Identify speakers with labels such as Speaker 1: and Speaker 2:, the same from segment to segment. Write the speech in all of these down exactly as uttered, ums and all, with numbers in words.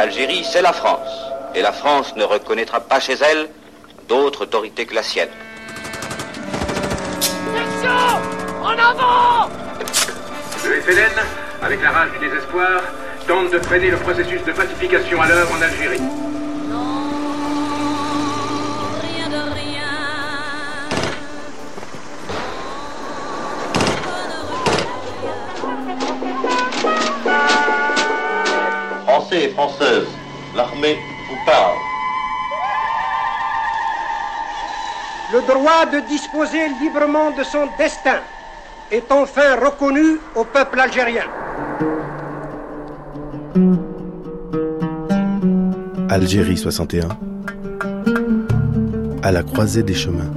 Speaker 1: L'Algérie, c'est la France. Et la France ne reconnaîtra pas chez elle d'autre autorité que la sienne.
Speaker 2: Section ! En avant !
Speaker 3: Le F L N, avec la rage du désespoir, tente de freiner le processus de pacification à l'œuvre en Algérie.
Speaker 4: Non, rien de rien.
Speaker 5: Français et Françaises, l'armée vous parle.
Speaker 6: Le droit de disposer librement de son destin est enfin reconnu au peuple algérien.
Speaker 7: Algérie soixante et un, à la croisée des chemins.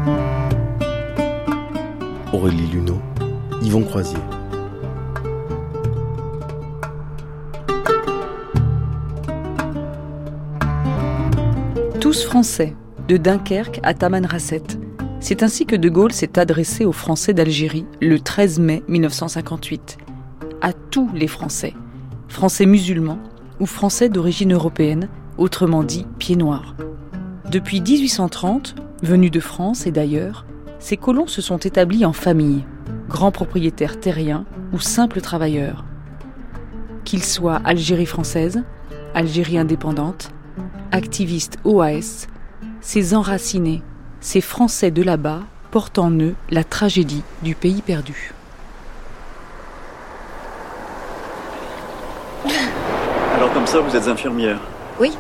Speaker 7: Aurélie Luneau, Yvon Croisier.
Speaker 8: Tous français, de Dunkerque à Tamanrasset. C'est ainsi que De Gaulle s'est adressé aux Français d'Algérie le treize mai mille neuf cent cinquante-huit. À tous les Français, Français musulmans ou Français d'origine européenne, autrement dit pieds noirs. Depuis dix-huit cent trente, venus de France et d'ailleurs, ces colons se sont établis en famille, grands propriétaires terriens ou simples travailleurs. Qu'ils soient Algérie française, Algérie indépendante, activistes O A S, ces enracinés, ces Français de là-bas portent en eux la tragédie du pays perdu.
Speaker 9: Alors comme ça, vous êtes infirmière?
Speaker 10: Oui.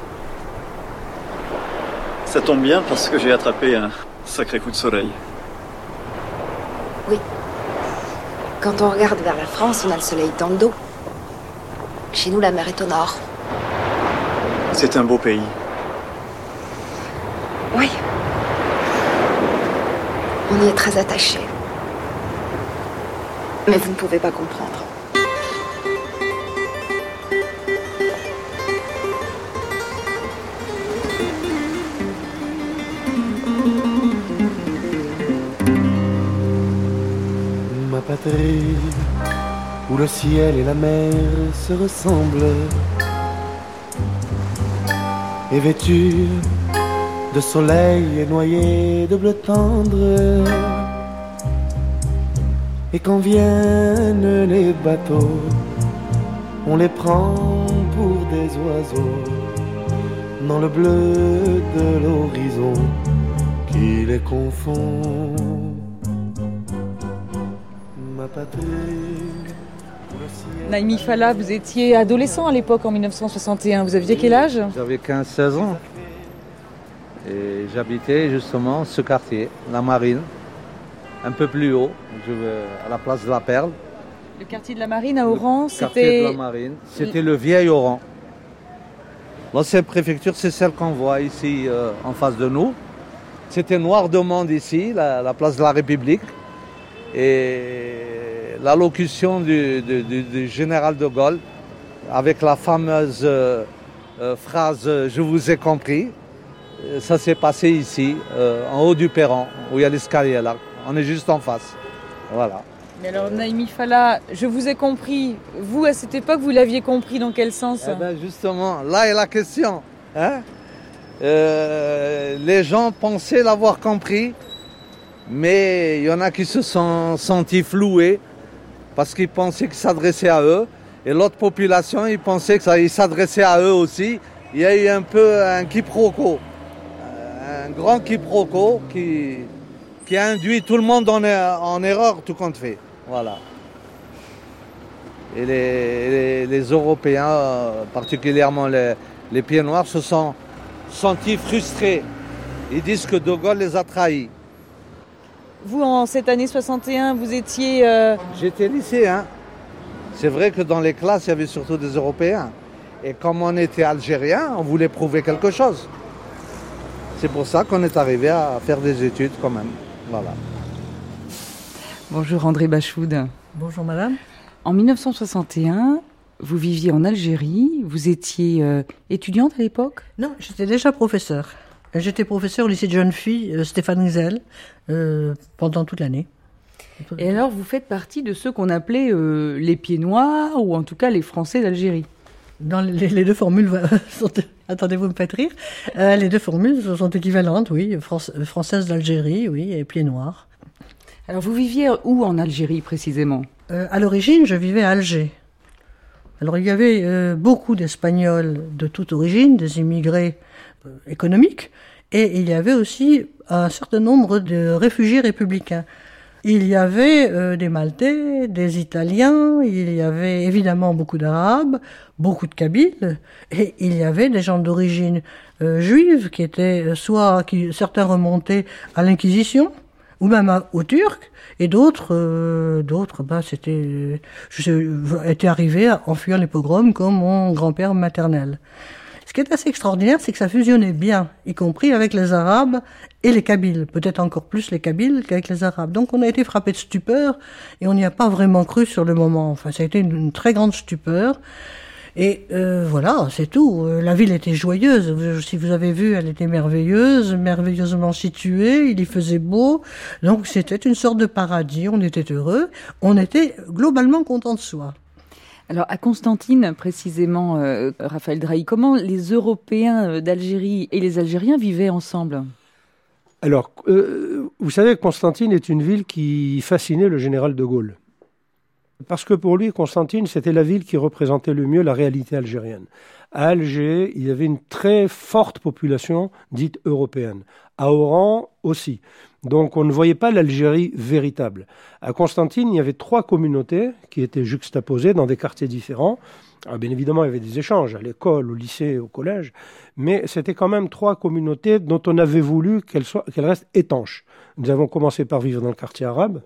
Speaker 9: Ça tombe bien parce que j'ai attrapé un sacré coup de soleil.
Speaker 10: Oui. Quand on regarde vers la France, on a le soleil dans le dos. Chez nous, la mer est au nord.
Speaker 9: C'est un beau pays.
Speaker 10: Oui. On y est très attachés. Mais vous ne pouvez pas comprendre.
Speaker 11: Ma patrie, où le ciel et la mer se ressemblent, est vêtue de soleil et noyé de bleu tendre. Et quand viennent les bateaux, on les prend pour des oiseaux dans le bleu de l'horizon qui les confond. Ma patrie.
Speaker 8: Naimi Fala, vous étiez adolescent à l'époque en mille neuf cent soixante et un. Vous aviez quel âge?
Speaker 12: J'avais quinze seize ans. Et j'habitais justement ce quartier, la Marine, un peu plus haut, je veux, à la place de la Perle.
Speaker 8: Le quartier de la Marine à Oran,
Speaker 12: le
Speaker 8: c'était...
Speaker 12: Le quartier de la Marine, c'était le vieil Oran. L'ancienne préfecture, c'est celle qu'on voit ici euh, en face de nous. C'était noir de monde ici, la, la place de la République. Et l'allocution du, du, du, du général de Gaulle, avec la fameuse euh, euh, phrase « Je vous ai compris », ça s'est passé ici, euh, en haut du perron, où il y a l'escalier là. On est juste en face. Voilà.
Speaker 8: Mais alors, Naimi Fala, je vous ai compris. Vous, à cette époque, vous l'aviez compris dans quel sens?
Speaker 12: Eh ben justement, là est la question. Hein euh, les gens pensaient l'avoir compris, mais il y en a qui se sont sentis floués parce qu'ils pensaient qu'il s'adressait à eux. Et l'autre population, ils pensaient qu'il s'adressait à eux aussi. Il y a eu un peu un quiproquo. Un grand quiproquo qui, qui a induit tout le monde en, en erreur, tout compte fait. Voilà. Et les, les, les Européens, particulièrement les, les pieds noirs, se sont sentis frustrés. Ils disent que De Gaulle les a trahis.
Speaker 8: Vous, en cette année soixante et un, vous étiez... Euh...
Speaker 12: J'étais lycéen. C'est vrai que dans les classes, il y avait surtout des Européens. Et comme on était Algériens, on voulait prouver quelque chose. C'est pour ça qu'on est arrivé à faire des études quand même. Voilà.
Speaker 8: Bonjour André Bachoud.
Speaker 13: Bonjour madame.
Speaker 8: En mille neuf cent soixante et un, vous viviez en Algérie. Vous étiez euh, étudiante à l'époque?
Speaker 13: Non, j'étais déjà professeur. J'étais professeur au lycée de jeunes filles euh, Stéphane Rizal euh, pendant toute l'année.
Speaker 8: Et alors, vous faites partie de ceux qu'on appelait euh, les pieds noirs, ou en tout cas les Français d'Algérie?
Speaker 13: Dans les, les deux formules sont... Attendez, vous me faites rire. Euh, les deux formules sont équivalentes, oui. France, française d'Algérie, oui, et pied noir.
Speaker 8: Alors, vous viviez où en Algérie, précisément ?
Speaker 13: euh, À l'origine, je vivais à Alger. Alors, il y avait euh, beaucoup d'Espagnols de toute origine, des immigrés euh, économiques, et il y avait aussi un certain nombre de réfugiés républicains. Il y avait euh, des Maltais, des Italiens, il y avait évidemment beaucoup d'Arabes, beaucoup de Kabyles, et il y avait des gens d'origine euh, juive qui étaient soit qui certains remontaient à l'Inquisition ou même à, aux Turcs, et d'autres, euh, d'autres, bah c'était, je étaient arrivés en fuyant les pogroms comme mon grand-père maternel. Ce qui est assez extraordinaire, c'est que ça fusionnait bien, y compris avec les Arabes et les Kabyles, peut-être encore plus les Kabyles qu'avec les Arabes. Donc on a été frappé de stupeur et on n'y a pas vraiment cru sur le moment. Enfin, ça a été une, une très grande stupeur. Et euh, voilà, c'est tout. La ville était joyeuse. Si vous avez vu, elle était merveilleuse, merveilleusement située. Il y faisait beau. Donc c'était une sorte de paradis. On était heureux. On était globalement contents de soi.
Speaker 8: Alors, à Constantine, précisément, euh, Raphaël Drahi, comment les Européens d'Algérie et les Algériens vivaient ensemble ?
Speaker 4: Alors, euh, vous savez, Constantine est une ville qui fascinait le général de Gaulle. Parce que pour lui, Constantine, c'était la ville qui représentait le mieux la réalité algérienne. À Alger, il y avait une très forte population dite européenne. À Oran aussi. Donc on ne voyait pas l'Algérie véritable. À Constantine, il y avait trois communautés qui étaient juxtaposées dans des quartiers différents. Alors, bien évidemment, il y avait des échanges à l'école, au lycée, au collège, mais c'était quand même trois communautés dont on avait voulu qu'elles soient, qu'elles restent étanches. Nous avons commencé par vivre dans le quartier arabe,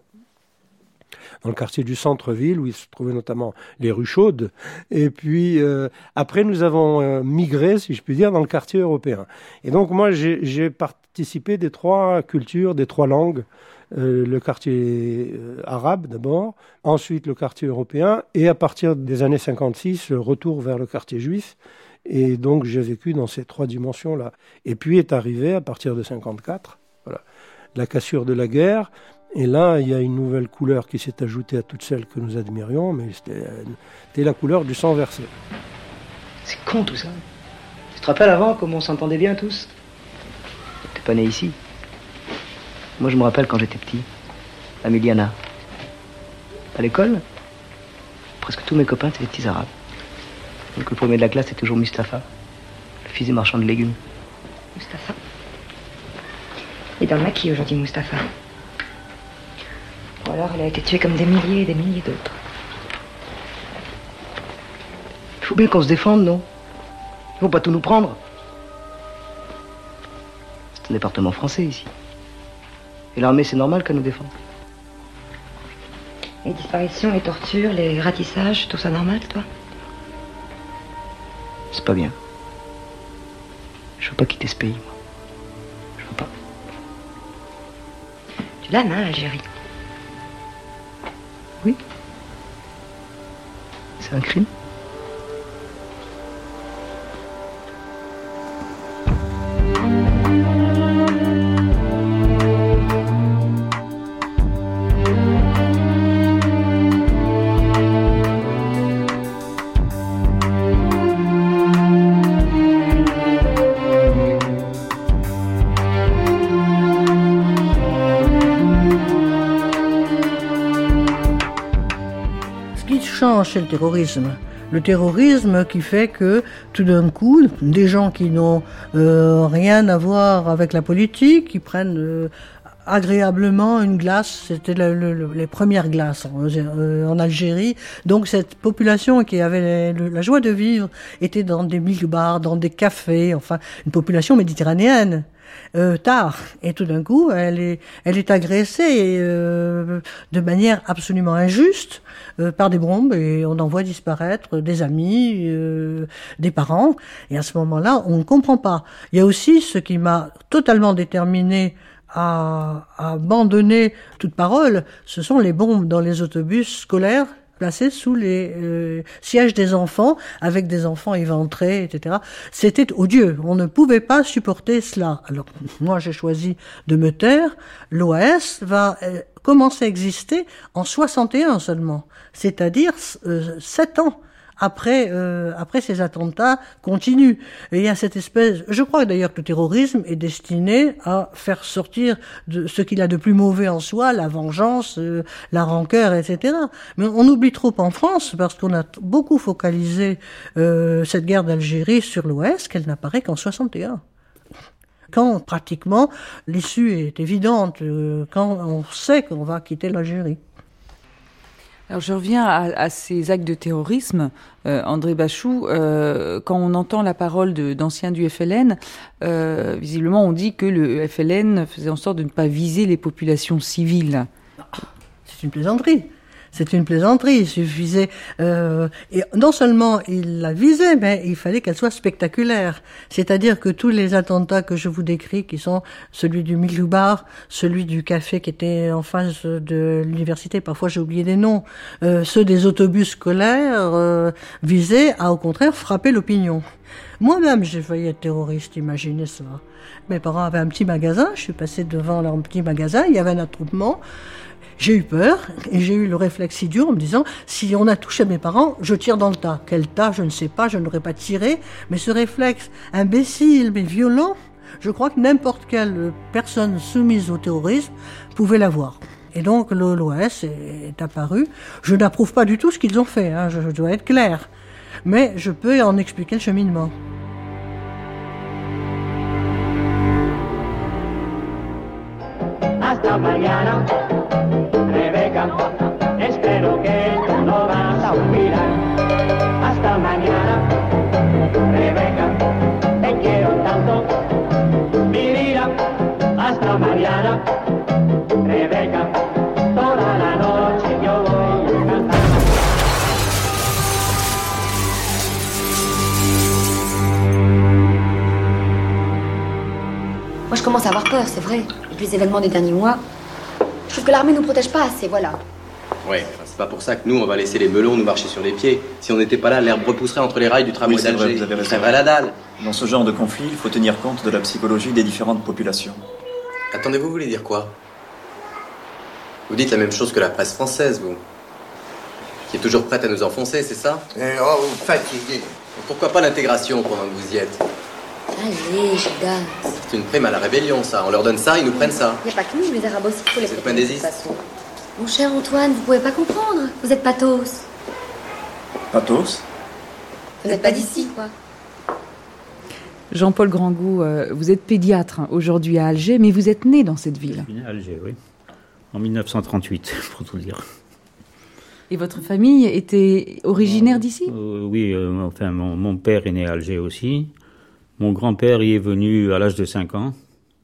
Speaker 4: dans le quartier du centre-ville, où il se trouvaient notamment les rues chaudes. Et puis, euh, après, nous avons euh, migré, si je puis dire, dans le quartier européen. Et donc, moi, j'ai, j'ai participé des trois cultures, des trois langues. Euh, le quartier euh, arabe, d'abord, ensuite le quartier européen, et à partir des années cinquante-six, le retour vers le quartier juif. Et donc, j'ai vécu dans ces trois dimensions-là. Et puis est arrivé, à partir de cinquante-quatre, voilà, la cassure de la guerre. Et là, il y a une nouvelle couleur qui s'est ajoutée à toutes celles que nous admirions, mais c'était, c'était la couleur du sang versé.
Speaker 14: C'est con tout ça. Tu te rappelles avant comment on s'entendait bien tous ? T'es pas né ici. Moi je me rappelle quand j'étais petit, à Miliana. À l'école, presque tous mes copains étaient des petits arabes. Donc le premier de la classe était toujours Mustapha, le fils du marchand de légumes.
Speaker 10: Mustapha. Il est dans le maquis aujourd'hui, Mustapha. Ou alors il a été tué comme des milliers et des milliers d'autres.
Speaker 14: Il faut bien qu'on se défende, non ? Ils vont pas tout nous prendre. C'est un département français ici. Et l'armée, c'est normal qu'elle nous défende.
Speaker 10: Les disparitions, les tortures, les ratissages, tout ça normal, toi ?
Speaker 14: C'est pas bien. Je veux pas quitter ce pays, moi. Je veux pas.
Speaker 10: Tu l'aimes, hein, l'Algérie ?
Speaker 14: Oui. C'est un crime.
Speaker 13: Chez le terrorisme. Le terrorisme qui fait que tout d'un coup, des gens qui n'ont euh, rien à voir avec la politique, qui prennent euh, agréablement une glace, c'était le, le, les premières glaces en, euh, en Algérie. Donc cette population qui avait le, la joie de vivre était dans des milk-bars, dans des cafés, enfin une population méditerranéenne. Euh, tard, et tout d'un coup elle est, elle est agressée euh, de manière absolument injuste euh, par des bombes, et on en voit disparaître des amis, euh, des parents, et à ce moment-là on ne comprend pas. Il y a aussi ce qui m'a totalement déterminé à, à abandonner toute parole, ce sont les bombes dans les autobus scolaires placés sous les euh, sièges des enfants, avec des enfants éventrés, et cetera. C'était odieux. On ne pouvait pas supporter cela. Alors, moi, j'ai choisi de me taire. L'O A S va euh, commencer à exister en soixante et un seulement, c'est-à-dire euh, sept ans après, euh, après ces attentats continuent. Et il y a cette espèce, je crois d'ailleurs que le terrorisme est destiné à faire sortir de ce qu'il a de plus mauvais en soi, la vengeance, euh, la rancœur, et cetera. Mais on oublie trop en France, parce qu'on a beaucoup focalisé euh, cette guerre d'Algérie sur l'Ouest, qu'elle n'apparaît qu'en soixante et un. Quand pratiquement l'issue est évidente, euh, quand on sait qu'on va quitter l'Algérie.
Speaker 8: Alors je reviens à, à ces actes de terrorisme, euh, André Bachou. Euh, quand on entend la parole de, d'anciens du F L N, euh, visiblement on dit que le F L N faisait en sorte de ne pas viser les populations civiles.
Speaker 13: C'est une plaisanterie. C'est une plaisanterie. Il suffisait, euh, et non seulement il la visait, mais il fallait qu'elle soit spectaculaire. C'est-à-dire que tous les attentats que je vous décris, qui sont celui du Milieu Bar, celui du café qui était en face de l'université, parfois j'ai oublié des noms, euh, ceux des autobus scolaires, euh, visaient à au contraire frapper l'opinion. Moi-même, j'ai failli être terroriste, imaginez ça. Mes parents avaient un petit magasin, je suis passée devant leur petit magasin, il y avait un attroupement. J'ai eu peur et j'ai eu le réflexe idiot en me disant si on a touché mes parents, je tire dans le tas. Quel tas, je ne sais pas, je n'aurais pas tiré. Mais ce réflexe imbécile mais violent, je crois que n'importe quelle personne soumise au terrorisme pouvait l'avoir. Et donc l'O S est apparu. Je n'approuve pas du tout ce qu'ils ont fait, hein, je, je dois être clair. Mais je peux en expliquer le cheminement.
Speaker 2: Hasta mañana, Rebeca, espero que tú no vas a olvidar. Hasta mañana, Rebeca, te quiero tanto, mi vida. Hasta mañana, Rebeca, toda la noche yo voy a cantar.
Speaker 10: Moi, je commence à avoir peur, c'est vrai. Depuis les événements des derniers mois, je trouve que l'armée nous protège pas assez, voilà.
Speaker 15: Ouais, enfin, c'est pas pour ça que nous, on va laisser les melons nous marcher sur les pieds. Si on n'était pas là, l'herbe repousserait entre les rails du tramway
Speaker 9: oui, d'Alger.
Speaker 15: Vous avez raison. La dalle.
Speaker 9: Dans ce genre de conflit, il faut tenir compte de la psychologie des différentes populations.
Speaker 15: Attendez, vous voulez dire quoi? Vous dites la même chose que la presse française, vous. Qui est toujours prête à nous enfoncer, c'est ça?
Speaker 16: Eh oh, vous fatiguez.
Speaker 15: Pourquoi pas l'intégration pendant que vous y êtes?
Speaker 10: Allez, je gagne.
Speaker 15: C'est une prime à la rébellion, ça. On leur donne ça, ils nous prennent ça.
Speaker 10: Il n'y a pas que nous, les Arabes aussi, il faut les
Speaker 15: protéger de toute
Speaker 10: façon. Mon cher Antoine, vous pouvez pas comprendre. Vous êtes pathos.
Speaker 9: Pathos?
Speaker 10: Vous n'êtes pas d'ici, quoi.
Speaker 8: Jean-Paul Grangou, euh, vous êtes pédiatre hein, aujourd'hui à Alger, mais vous êtes né dans cette ville.
Speaker 17: Je suis né à Alger, oui. En mille neuf cent trente-huit, pour tout dire.
Speaker 8: Et votre famille était originaire d'ici?
Speaker 17: euh, Oui, euh, enfin, mon, mon père est né à Alger aussi. Mon grand-père y est venu à l'âge de cinq ans.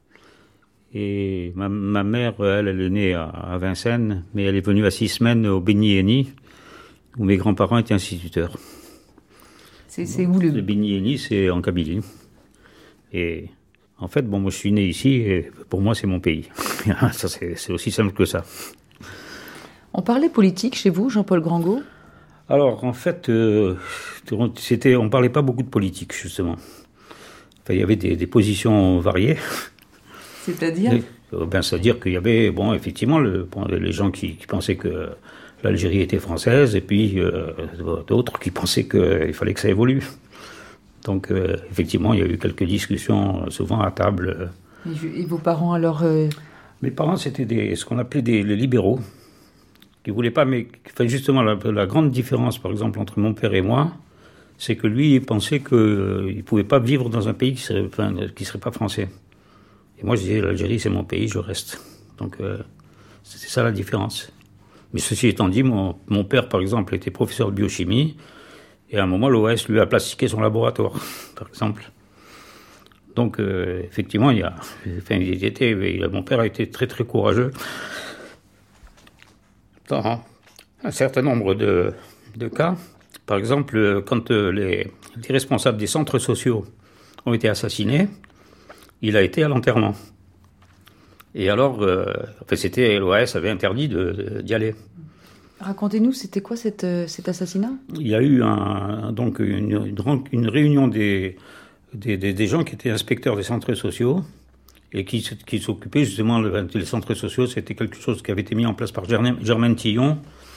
Speaker 17: Et ma, ma mère, elle, elle est née à, à Vincennes, mais elle est venue à six semaines au Beni-Yeni, où mes grands-parents étaient instituteurs.
Speaker 8: C'est, c'est où le...
Speaker 17: Le Beni-Yeni, c'est en Kabylie. Et en fait, bon, moi je suis né ici, et pour moi c'est mon pays. Ça, c'est, c'est aussi simple que ça.
Speaker 8: On parlait politique chez vous, Jean-Paul Grangou?
Speaker 17: Alors, en fait, euh, c'était, on ne parlait pas beaucoup de politique, justement. Enfin, il y avait des, des positions variées.
Speaker 8: C'est-à-dire
Speaker 17: et, euh, ben, C'est-à-dire qu'il y avait, bon, effectivement, le, bon, les gens qui, qui pensaient que l'Algérie était française, et puis euh, d'autres qui pensaient qu'il fallait que ça évolue. Donc, euh, effectivement, il y a eu quelques discussions, souvent à table.
Speaker 8: Et, et vos parents, alors euh...
Speaker 17: Mes parents, c'était des, ce qu'on appelait des, les libéraux, qui ne voulaient pas, mais enfin, justement, la, la grande différence, par exemple, entre mon père et moi, c'est que lui, il pensait qu'il euh, ne pouvait pas vivre dans un pays qui ne serait, enfin, qui serait pas français. Et moi, je disais, l'Algérie, c'est mon pays, je reste. Donc, euh, c'est ça la différence. Mais ceci étant dit, mon, mon père, par exemple, était professeur de biochimie, et à un moment, l'O S lui a plastiqué son laboratoire, par exemple. Donc, euh, effectivement, il y a, enfin, il était, mon père a été très, très courageux dans un certain nombre de, de cas. Par exemple, quand les, les responsables des centres sociaux ont été assassinés, il a été à l'enterrement. Et alors, euh, enfin, c'était, l'O A S avait interdit de, de, d'y aller.
Speaker 8: Racontez-nous, c'était quoi cette, cet assassinat? Il
Speaker 17: y a eu un, donc une, une, une réunion des, des, des, des gens qui étaient inspecteurs des centres sociaux et qui, qui s'occupaient justement des centres sociaux. C'était quelque chose qui avait été mis en place par Germaine Tillon.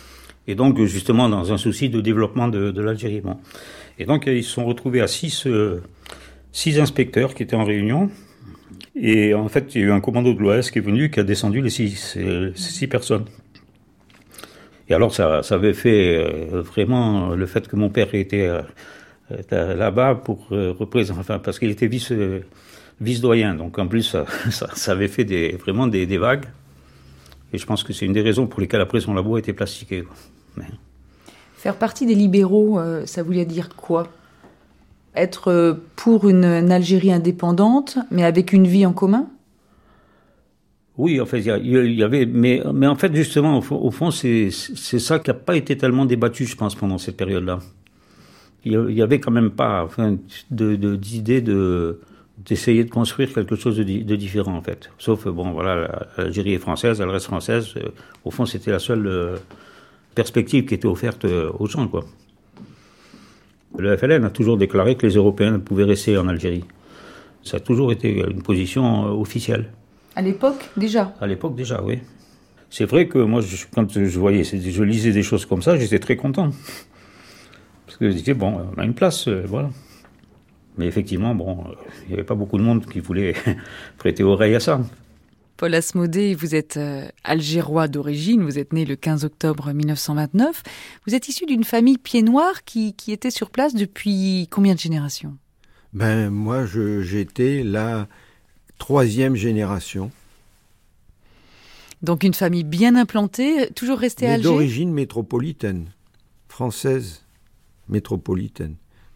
Speaker 17: Et donc, justement, dans un souci de développement de, de l'Algérie. Bon. Et donc, ils se sont retrouvés à six, euh, six inspecteurs qui étaient en réunion. Et en fait, il y a eu un commando de l'O A S qui est venu, qui a descendu les six, euh, six personnes. Et alors, ça, ça avait fait euh, vraiment le fait que mon père était euh, là-bas pour euh, représenter, enfin, parce qu'il était vice, euh, vice-doyen. Donc, en plus, ça, ça, ça avait fait des, vraiment des, des vagues. Et je pense que c'est une des raisons pour lesquelles après son labo a été plastiqué. Mais...
Speaker 8: Faire partie des libéraux, euh, ça voulait dire quoi ? Être euh, pour une, une Algérie indépendante, mais avec une vie en commun ?
Speaker 17: Oui, en fait, il y, y avait, mais, mais en fait, justement, au fond, au fond c'est, c'est ça qui n'a pas été tellement débattu, je pense, pendant cette période-là. Il y avait quand même pas, enfin, de, de, d'idée de, d'essayer de construire quelque chose de, de différent, en fait. Sauf, bon, voilà, l'Algérie est française, elle reste française. Euh, au fond, c'était la seule euh, perspective qui était offerte euh, aux gens, quoi. Le F L N a toujours déclaré que les Européens pouvaient rester en Algérie. Ça a toujours été une position euh, officielle.
Speaker 8: À l'époque, déjà ?
Speaker 17: À l'époque, déjà, oui. C'est vrai que moi, je, quand je voyais, je lisais des choses comme ça, j'étais très content. Parce que je disais, bon, on a une place, euh, voilà. Mais effectivement, bon, il n'y avait pas beaucoup de monde qui voulait prêter oreille à ça.
Speaker 8: Paul Asmodée, vous êtes euh, algérois d'origine, vous êtes né le quinze octobre mille neuf cent vingt-neuf. Vous êtes issu d'une famille pied-noir qui, qui était sur place depuis combien de générations ?
Speaker 16: Ben, moi, je, j'étais la troisième génération.
Speaker 8: Donc une famille bien implantée, toujours restée à Alger ?
Speaker 16: D'origine métropolitaine, française métropolitaine.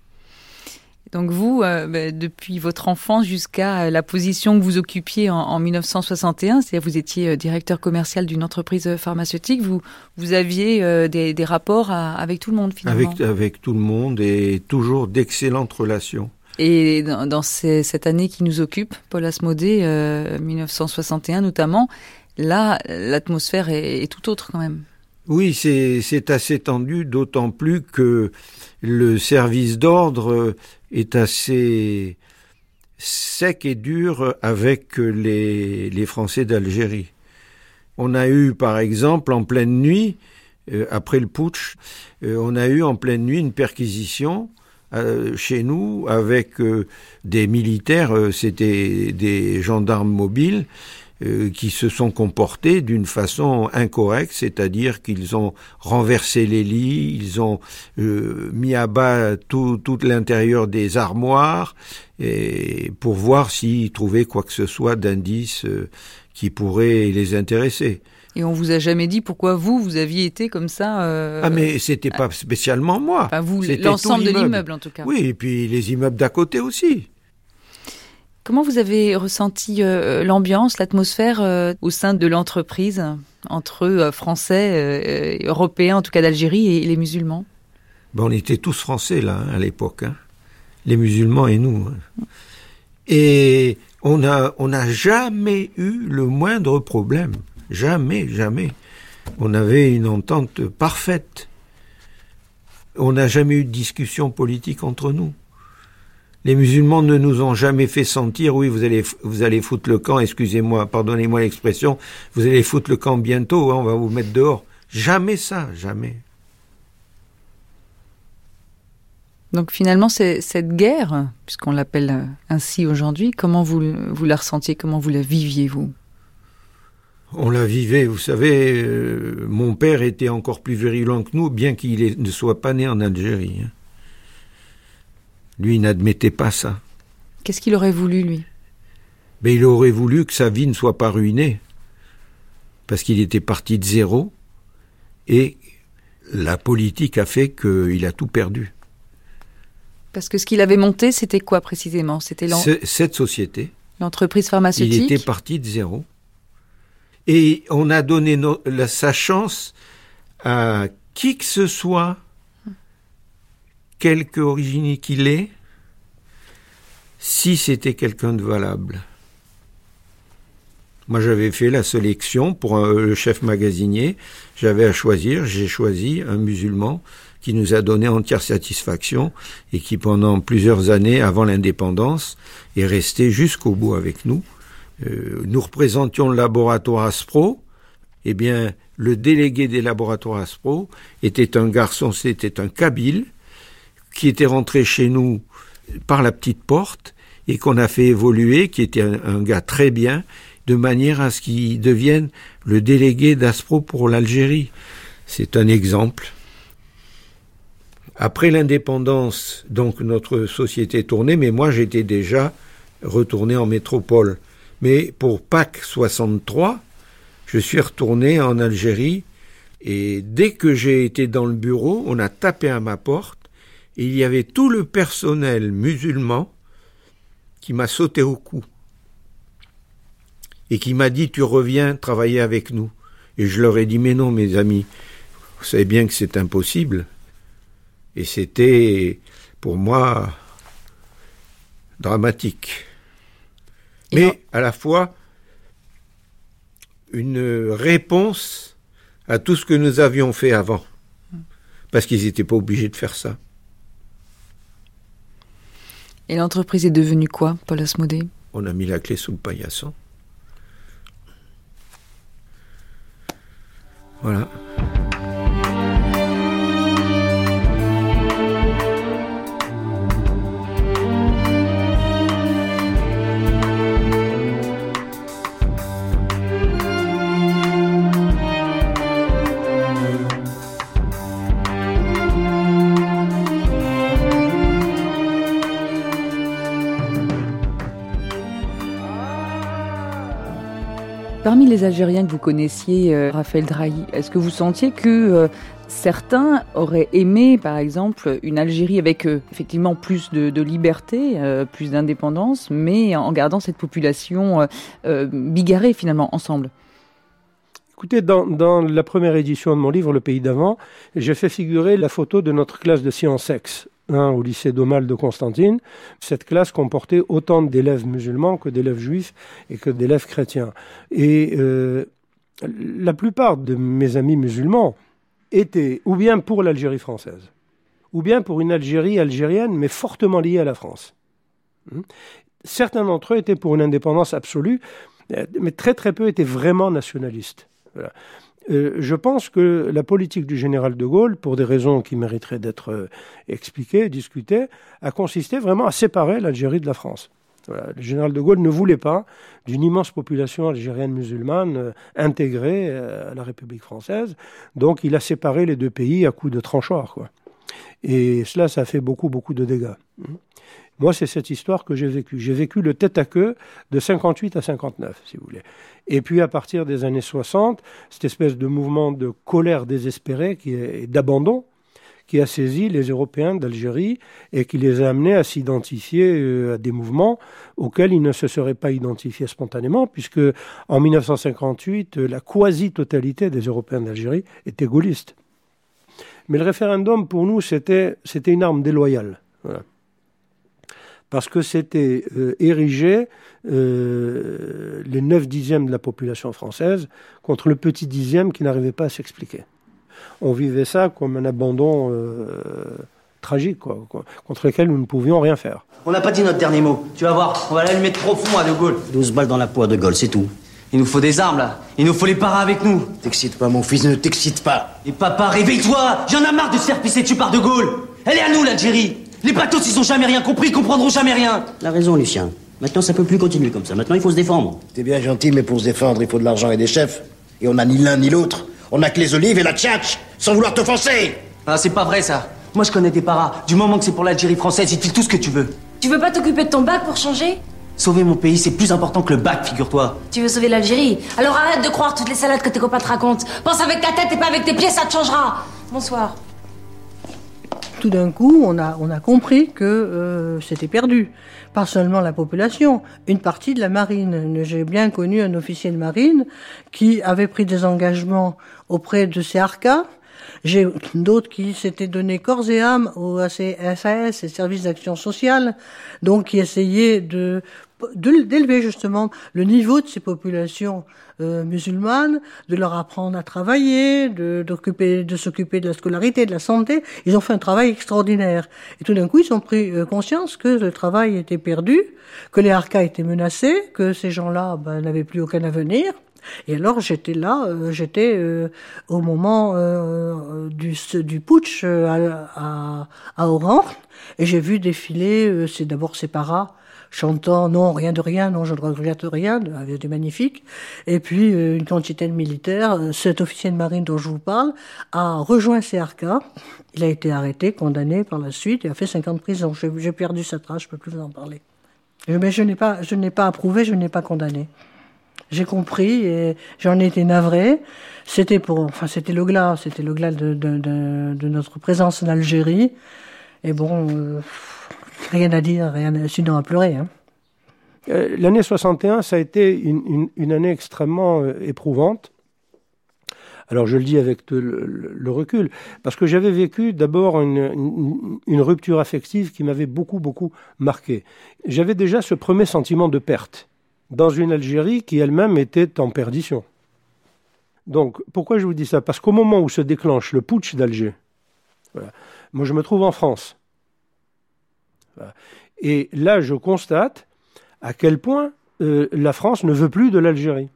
Speaker 8: Donc vous, euh, bah, depuis votre enfance jusqu'à la position que vous occupiez en, en mille neuf cent soixante et un, c'est-à-dire vous étiez euh, directeur commercial d'une entreprise pharmaceutique, vous, vous aviez euh, des, des rapports à, avec tout le monde finalement ?
Speaker 16: Avec, avec tout le monde et toujours d'excellentes relations.
Speaker 8: Et dans, dans ces, cette année qui nous occupe, Paul Asmodée, euh, mille neuf cent soixante et un notamment, là, l'atmosphère est, est tout autre quand même.
Speaker 16: Oui, c'est, c'est assez tendu, d'autant plus que le service d'ordre est assez sec et dur avec les, les Français d'Algérie. On a eu, par exemple, en pleine nuit, euh, après le putsch, euh, on a eu en pleine nuit une perquisition euh, chez nous avec euh, des militaires, euh, c'était des gendarmes mobiles, Euh, qui se sont comportés d'une façon incorrecte, c'est-à-dire qu'ils ont renversé les lits, ils ont euh, mis à bas tout, tout l'intérieur des armoires et pour voir s'ils trouvaient quoi que ce soit d'indice euh, qui pourrait les intéresser.
Speaker 8: Et on vous a jamais dit pourquoi vous, vous aviez été comme ça euh...
Speaker 16: Ah mais c'était pas spécialement moi.
Speaker 8: Enfin vous,
Speaker 16: c'était
Speaker 8: l'ensemble de l'immeuble en tout cas.
Speaker 16: Oui, et puis les immeubles d'à côté aussi.
Speaker 8: Comment vous avez ressenti euh, l'ambiance, l'atmosphère euh, au sein de l'entreprise, entre euh, Français, euh, Européens, en tout cas d'Algérie, et les musulmans ?
Speaker 16: Ben, on était tous Français, là, hein, à l'époque. Hein. Les musulmans et nous. Hein. Et on a, on n'a jamais eu le moindre problème. Jamais, jamais. On avait une entente parfaite. On n'a jamais eu de discussion politique entre nous. Les musulmans ne nous ont jamais fait sentir, oui, vous allez, vous allez foutre le camp, excusez-moi, pardonnez-moi l'expression, vous allez foutre le camp bientôt, hein, on va vous mettre dehors. Jamais ça, jamais.
Speaker 8: Donc finalement, c'est, cette guerre, puisqu'on l'appelle ainsi aujourd'hui, comment vous, vous la ressentiez, comment vous la viviez, vous ?
Speaker 16: On la vivait, vous savez, euh, mon père était encore plus virulent que nous, bien qu'il est, ne soit pas né en Algérie. Hein. Lui, il n'admettait pas ça.
Speaker 8: Qu'est-ce qu'il aurait voulu, lui ?
Speaker 16: Mais il aurait voulu que sa vie ne soit pas ruinée. Parce qu'il était parti de zéro. Et la politique a fait qu'il a tout perdu.
Speaker 8: Parce que ce qu'il avait monté, c'était quoi précisément ? C'était l'en...
Speaker 16: cette société.
Speaker 8: L'entreprise pharmaceutique.
Speaker 16: Il était parti de zéro. Et on a donné no- la, sa chance à qui que ce soit, quelque origine qu'il est, si c'était quelqu'un de valable. Moi, j'avais fait la sélection pour un, le chef magasinier. J'avais à choisir. J'ai choisi un musulman qui nous a donné entière satisfaction et qui, pendant plusieurs années avant l'indépendance, est resté jusqu'au bout avec nous. Euh, nous représentions le laboratoire Aspro. Eh bien, le délégué des laboratoires Aspro était un garçon, c'était un Kabyle, qui était rentré chez nous par la petite porte et qu'on a fait évoluer, qui était un, un gars très bien, de manière à ce qu'il devienne le délégué d'Aspro pour l'Algérie. C'est un exemple. Après l'indépendance, donc notre société tournait, mais moi j'étais déjà retourné en métropole. Mais pour Pâques soixante-trois, je suis retourné en Algérie et dès que j'ai été dans le bureau, on a tapé à ma porte et il y avait tout le personnel musulman qui m'a sauté au cou et qui m'a dit « tu reviens travailler avec nous ». Et je leur ai dit « mais non mes amis, vous savez bien que c'est impossible ». Et c'était pour moi dramatique. Et mais non. à la fois une réponse à tout ce que nous avions fait avant. Parce qu'ils n'étaient pas obligés de faire ça.
Speaker 8: Et l'entreprise est devenue quoi, Paul Asmodée ?
Speaker 16: On a mis la clé sous le paillasson. Voilà.
Speaker 8: Parmi les Algériens que vous connaissiez, euh, Raphaël Drahi, est-ce que vous sentiez que euh, certains auraient aimé, par exemple, une Algérie avec euh, effectivement plus de, de liberté, euh, plus d'indépendance, mais en gardant cette population euh, euh, bigarrée finalement ensemble ?
Speaker 4: Écoutez, dans, dans la première édition de mon livre, Le Pays d'avant, j'ai fait figurer la photo de notre classe de sciences ex. Hein, au lycée d'Aumale de Constantine. Cette classe comportait autant d'élèves musulmans que d'élèves juifs et que d'élèves chrétiens. Et euh, la plupart de mes amis musulmans étaient ou bien pour l'Algérie française, ou bien pour une Algérie algérienne, mais fortement liée à la France. Certains d'entre eux étaient pour une indépendance absolue, mais très très peu étaient vraiment nationalistes. Voilà. Euh, je pense que la politique du général de Gaulle, pour des raisons qui mériteraient d'être euh, expliquées, discutées, a consisté vraiment à séparer l'Algérie de la France. Voilà. Le général de Gaulle ne voulait pas d'une immense population algérienne musulmane euh, intégrée euh, à la République française, donc il a séparé les deux pays à coups de tranchoir, quoi. Et cela, ça a fait beaucoup, beaucoup de dégâts. Moi, c'est cette histoire que j'ai vécue. J'ai vécu le tête-à-queue de cinquante-huit à cinquante-neuf, si vous voulez. Et puis, à partir des années soixante, cette espèce de mouvement de colère désespérée qui est, et d'abandon qui a saisi les Européens d'Algérie et qui les a amenés à s'identifier euh, à des mouvements auxquels ils ne se seraient pas identifiés spontanément, puisque en mille neuf cent cinquante-huit, la quasi-totalité des Européens d'Algérie étaient gaullistes. Mais le référendum, pour nous, c'était, c'était une arme déloyale. Voilà. Parce que c'était euh, érigé euh, les neuf dixièmes de la population française contre le petit dixième qui n'arrivait pas à s'expliquer. On vivait ça comme un abandon euh, tragique, quoi, contre lequel nous ne pouvions rien faire.
Speaker 18: On n'a pas dit notre dernier mot. Tu vas voir, on va l'allumer de profond à De Gaulle.
Speaker 19: douze balles dans la peau à De Gaulle, c'est tout.
Speaker 18: Il nous faut des armes, là. Il nous faut les paras avec nous.
Speaker 19: T'excite pas, mon fils, ne t'excite pas.
Speaker 18: Et papa, réveille-toi. J'en ai marre de se faire pisser dessus par De Gaulle. Elle est à nous, l'Algérie. Les bateaux, s'ils ont jamais rien compris, ils comprendront jamais rien.
Speaker 19: T'as raison, Lucien. Maintenant, ça peut plus continuer comme ça. Maintenant, il faut se défendre.
Speaker 20: T'es bien gentil, mais pour se défendre, il faut de l'argent et des chefs. Et on n'a ni l'un ni l'autre. On n'a que les olives et la tchatch, sans vouloir t'offenser.
Speaker 18: Ah, c'est pas vrai, ça. Moi, je connais des paras. Du moment que c'est pour l'Algérie française, ils te filent tout ce que tu veux.
Speaker 10: Tu veux pas t'occuper de ton bac pour changer ?
Speaker 18: Sauver mon pays, c'est plus important que le bac, figure-toi.
Speaker 10: Tu veux sauver l'Algérie ? Alors arrête de croire toutes les salades que tes copains te racontent. Pense avec ta tête et pas avec tes pieds, ça te changera. Bonsoir.
Speaker 13: Tout d'un coup, on a, on a compris que euh, c'était perdu. Pas seulement la population, une partie de la marine. J'ai bien connu un officier de marine qui avait pris des engagements auprès de C R K. J'ai d'autres qui s'étaient donné corps et âme au S A S, les services d'action sociale, donc qui essayaient de, de d'élever justement le niveau de ces populations euh, musulmanes, de leur apprendre à travailler, de, d'occuper, de s'occuper de la scolarité, de la santé. Ils ont fait un travail extraordinaire. Et tout d'un coup, ils ont pris conscience que le travail était perdu, que les harkas étaient menacés, que ces gens-là ben, n'avaient plus aucun avenir. Et alors j'étais là, euh, j'étais euh, au moment euh, du, du putsch euh, à, à, à Oran, et j'ai vu défiler, euh, c'est d'abord ces paras, chantant « Non, rien de rien, non, je ne regrette rien », c'était magnifique. Et puis, euh, une quantité de militaires, cet officier de marine dont je vous parle, a rejoint C R K. Il a été arrêté, condamné par la suite, et a fait cinq ans de prison. J'ai, j'ai perdu sa trace, je ne peux plus vous en parler. Mais je n'ai pas, je n'ai pas approuvé, je n'ai pas condamné. J'ai compris et j'en ai été navré. C'était pour, enfin, c'était le glas, c'était le glas de, de, de, de notre présence en Algérie. Et bon, euh, rien à dire, rien, sinon à pleurer. Hein.
Speaker 4: Euh, l'année soixante et un, ça a été une, une, une année extrêmement euh, éprouvante. Alors je le dis avec le, le, le recul, parce que j'avais vécu d'abord une, une, une rupture affective qui m'avait beaucoup, beaucoup marqué. J'avais déjà ce premier sentiment de perte, dans une Algérie qui elle-même était en perdition. Donc pourquoi je vous dis ça ? Parce qu'au moment où se déclenche le putsch d'Alger, voilà, moi je me trouve en France. Voilà, et là je constate à quel point euh, la France ne veut plus de l'Algérie.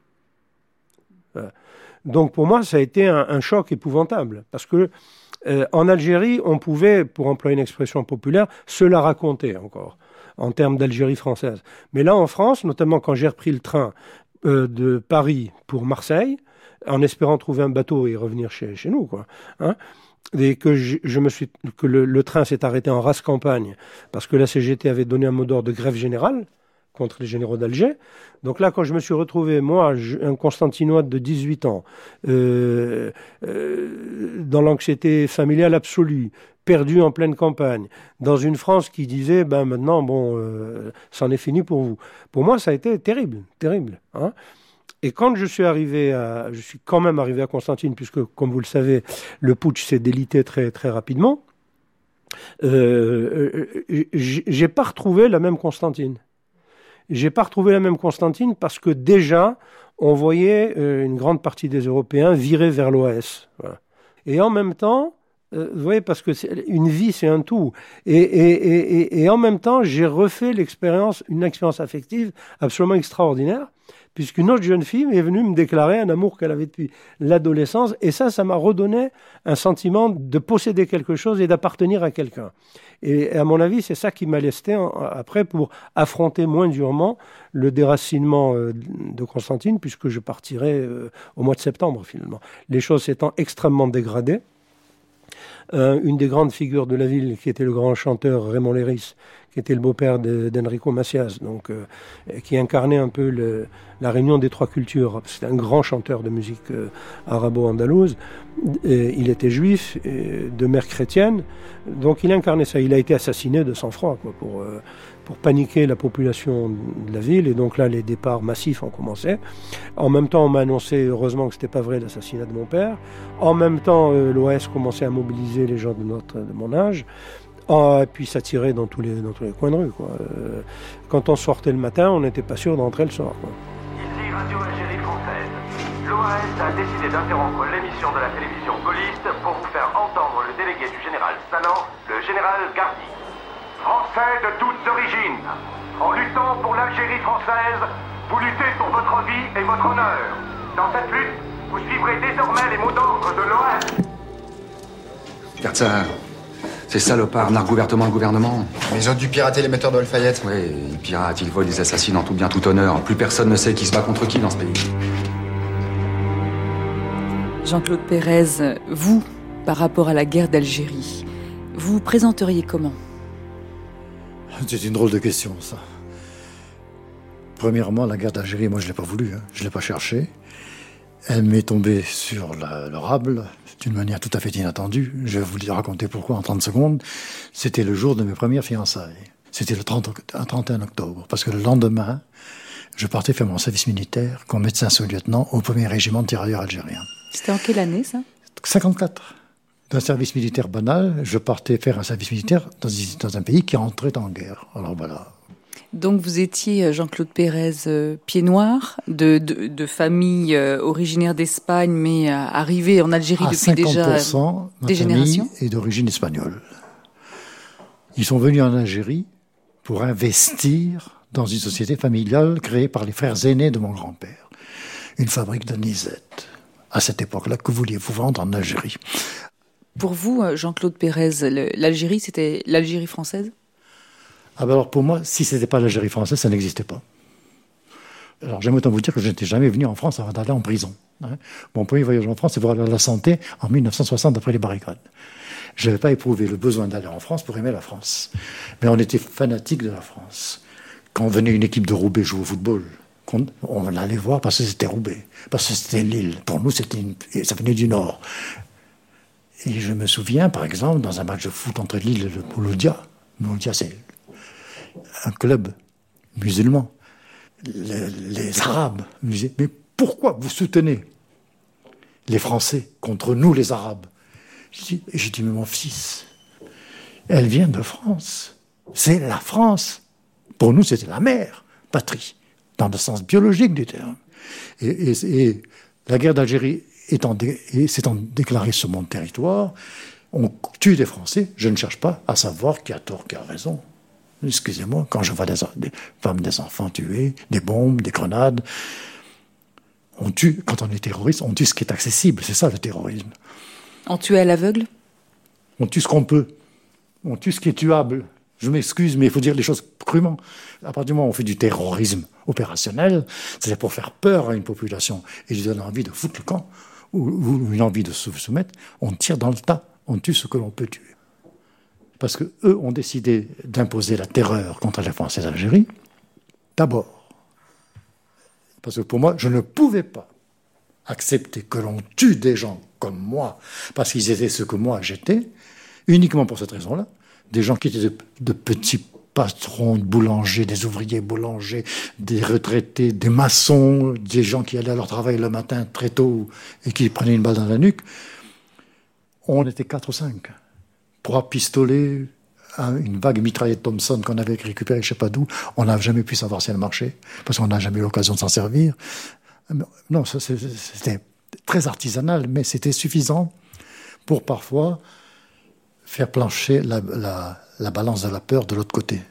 Speaker 4: Voilà. Donc pour moi, ça a été un, un choc épouvantable, parce que euh, en Algérie, on pouvait, pour employer une expression populaire, se la raconter encore, en termes d'Algérie française. Mais là, en France, notamment quand j'ai repris le train euh, de Paris pour Marseille, en espérant trouver un bateau et revenir chez, chez nous, quoi, hein, et que, je, je me suis, que le, le train s'est arrêté en rase campagne, parce que la C G T avait donné un mot d'ordre de grève générale contre les généraux d'Alger. Donc là, quand je me suis retrouvé, moi, un Constantinois de dix-huit ans, euh, euh, dans l'anxiété familiale absolue, perdu en pleine campagne, dans une France qui disait, ben maintenant, bon, euh, c'en est fini pour vous. Pour moi, ça a été terrible, terrible. Hein. Et quand je suis arrivé à, je suis quand même arrivé à Constantine, puisque, comme vous le savez, le putsch s'est délité très, très rapidement, euh, j'ai pas retrouvé la même Constantine. J'ai pas retrouvé la même Constantine parce que déjà, on voyait euh, une grande partie des Européens virer vers l'O A S. Voilà. Et en même temps, euh, vous voyez, parce que c'est, une vie, c'est un tout. Et, et, et, et, et en même temps, j'ai refait l'expérience, une expérience affective absolument extraordinaire, puisqu'une autre jeune fille est venue me déclarer un amour qu'elle avait depuis l'adolescence. Et ça, ça m'a redonné un sentiment de posséder quelque chose et d'appartenir à quelqu'un. Et à mon avis, c'est ça qui m'a lesté après pour affronter moins durement le déracinement de Constantine, puisque je partirai au mois de septembre, finalement. Les choses s'étant extrêmement dégradées. Euh, une des grandes figures de la ville, qui était le grand chanteur Raymond Léris, qui était le beau-père de, d'Enrico Macias, donc, euh, qui incarnait un peu le, la réunion des trois cultures. C'était un grand chanteur de musique euh, arabo-andalouse. Et il était juif, et de mère chrétienne, donc il incarnait ça. Il a été assassiné de sang-froid, quoi, pour, euh, pour paniquer la population de la ville, et donc là, les départs massifs ont commencé. En même temps, on m'a annoncé, heureusement que ce n'était pas vrai, l'assassinat de mon père. En même temps, euh, l'O S commençait à mobiliser les gens de, notre, de mon âge. Oh, et puis ça tirait dans tous les, dans tous les coins de rue, quoi. Euh, quand on sortait le matin, on n'était pas sûr d'entrer le soir, quoi.
Speaker 21: Ici Radio Algérie française. L'O A S a décidé d'interrompre l'émission de la télévision gaulliste pour vous faire entendre le délégué du général Salan, le général Gardy.
Speaker 3: Français de toutes origines, en luttant pour l'Algérie française, vous luttez pour votre vie et votre honneur. Dans cette lutte, vous suivrez désormais les mots d'ordre de l'O A S.
Speaker 22: Regarde ça. Ces salopards narguent ouvertement le gouvernement.
Speaker 15: Mais ils ont dû pirater les metteurs de Lafayette.
Speaker 22: Oui, ils piratent, ils volent, ils assassinent en tout bien, tout honneur. Plus personne ne sait qui se bat contre qui dans ce pays.
Speaker 8: Jean-Claude Pérez, vous, par rapport à la guerre d'Algérie, vous vous présenteriez comment ?
Speaker 23: C'est une drôle de question, ça. Premièrement, la guerre d'Algérie, moi, je ne l'ai pas voulu, hein. Je ne l'ai pas cherchée. Elle m'est tombée sur la, le rable, d'une manière tout à fait inattendue. Je vais vous le raconter pourquoi en trente secondes. C'était le jour de mes premières fiançailles. C'était le trente, trente et un octobre. Parce que le lendemain, je partais faire mon service militaire comme médecin sous-lieutenant au premier régiment de tirailleurs algériens.
Speaker 8: C'était en quelle année, ça ?
Speaker 23: cinquante-quatre. D'un service militaire banal, je partais faire un service militaire dans, dans un pays qui entrait en guerre. Alors voilà.
Speaker 8: Donc vous étiez, Jean-Claude Pérez, euh, pied noir, de, de, de famille euh, originaire d'Espagne, mais euh, arrivé en Algérie
Speaker 23: à
Speaker 8: depuis déjà des générations.
Speaker 23: Est d'origine espagnole. Ils sont venus en Algérie pour investir dans une société familiale créée par les frères aînés de mon grand-père. une fabrique de nuisettes. À cette époque-là, que vouliez-vous vendre en Algérie?
Speaker 8: Pour vous, Jean-Claude Pérez, le, l'Algérie, c'était l'Algérie française?
Speaker 23: Ah ben alors pour moi, si ce n'était pas l'Algérie française, ça n'existait pas. Alors j'aime autant vous dire que je n'étais jamais venu en France avant d'aller en prison. Hein. Mon premier voyage en France, c'est pour aller à la santé en mille neuf cent soixante, après les barricades. Je n'avais pas éprouvé le besoin d'aller en France pour aimer la France. Mais on était fanatiques de la France. Quand venait une équipe de Roubaix jouer au football, on allait voir parce que c'était Roubaix, parce que c'était Lille. Pour nous, c'était une... ça venait du Nord. Et je me souviens, par exemple, dans un match de foot entre Lille et le Mouloudia. Mouloudia, c'est un club musulman. Les, les Arabes me disaient, mais pourquoi vous soutenez les Français contre nous, les Arabes? J'ai dit, j'ai dit, mais mon fils, elle vient de France. C'est la France. Pour nous, c'était la mère patrie, dans le sens biologique du terme. Et, et, et la guerre d'Algérie étant dé, et s'étant déclarée sur mon territoire, on tue des Français. Je ne cherche pas à savoir qui a tort, qui a raison. Excusez-moi, quand je vois des, des femmes, des enfants tués, des bombes, des grenades, on tue, quand on est terroriste, on tue ce qui est accessible. C'est ça le terrorisme.
Speaker 8: On tue à l'aveugle?
Speaker 23: On tue ce qu'on peut. On tue ce qui est tuable. Je m'excuse, mais il faut dire les choses crûment. À partir du moment où on fait du terrorisme opérationnel, c'est pour faire peur à une population et lui donner envie de foutre le camp ou, ou une envie de se soumettre, on tire dans le tas, on tue ce que l'on peut tuer. Parce qu'eux ont décidé d'imposer la terreur contre les Français d'Algérie, d'abord. Parce que pour moi, je ne pouvais pas accepter que l'on tue des gens comme moi, parce qu'ils étaient ce que moi j'étais, uniquement pour cette raison-là. Des gens qui étaient de, de petits patrons, de boulangers, des ouvriers boulangers, des retraités, des maçons, des gens qui allaient à leur travail le matin très tôt et qui prenaient une balle dans la nuque. On était quatre ou cinq. Trois pistolets, un, une vague mitraillette Thompson qu'on avait récupérée je ne sais pas d'où. On n'a jamais pu savoir si elle marchait, parce qu'on n'a jamais eu l'occasion de s'en servir. Non, ça, c'était très artisanal, mais c'était suffisant pour parfois faire plancher la, la, la balance de la peur de l'autre côté.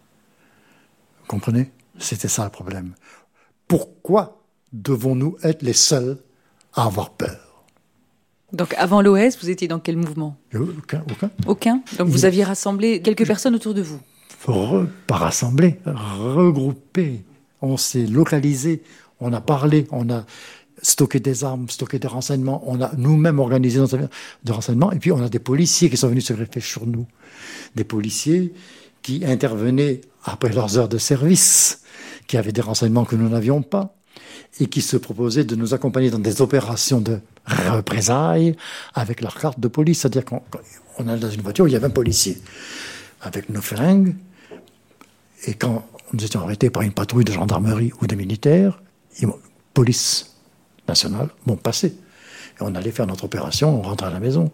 Speaker 23: Vous comprenez? C'était ça le problème. Pourquoi devons-nous être les seuls à avoir peur?
Speaker 8: Donc avant l'O S, vous étiez dans quel mouvement?
Speaker 23: Aucun. Aucun.
Speaker 8: Aucun. Donc vous aviez rassemblé quelques personnes autour de vous?
Speaker 23: Re, pas rassemblé, regroupé. On s'est localisé, on a parlé, on a stocké des armes, stocké des renseignements, on a nous-mêmes organisé des renseignements, et puis on a des policiers qui sont venus se greffer sur nous. Des policiers qui intervenaient après leurs heures de service, qui avaient des renseignements que nous n'avions pas, et qui se proposaient de nous accompagner dans des opérations de représailles avec leur carte de police. C'est-à-dire qu'on on allait dans une voiture où il y avait un policier avec nos flingues, et quand nous étions arrêtés par une patrouille de gendarmerie ou de militaires, ils, police nationale, bon, passé. Et on allait faire notre opération, on rentrait à la maison.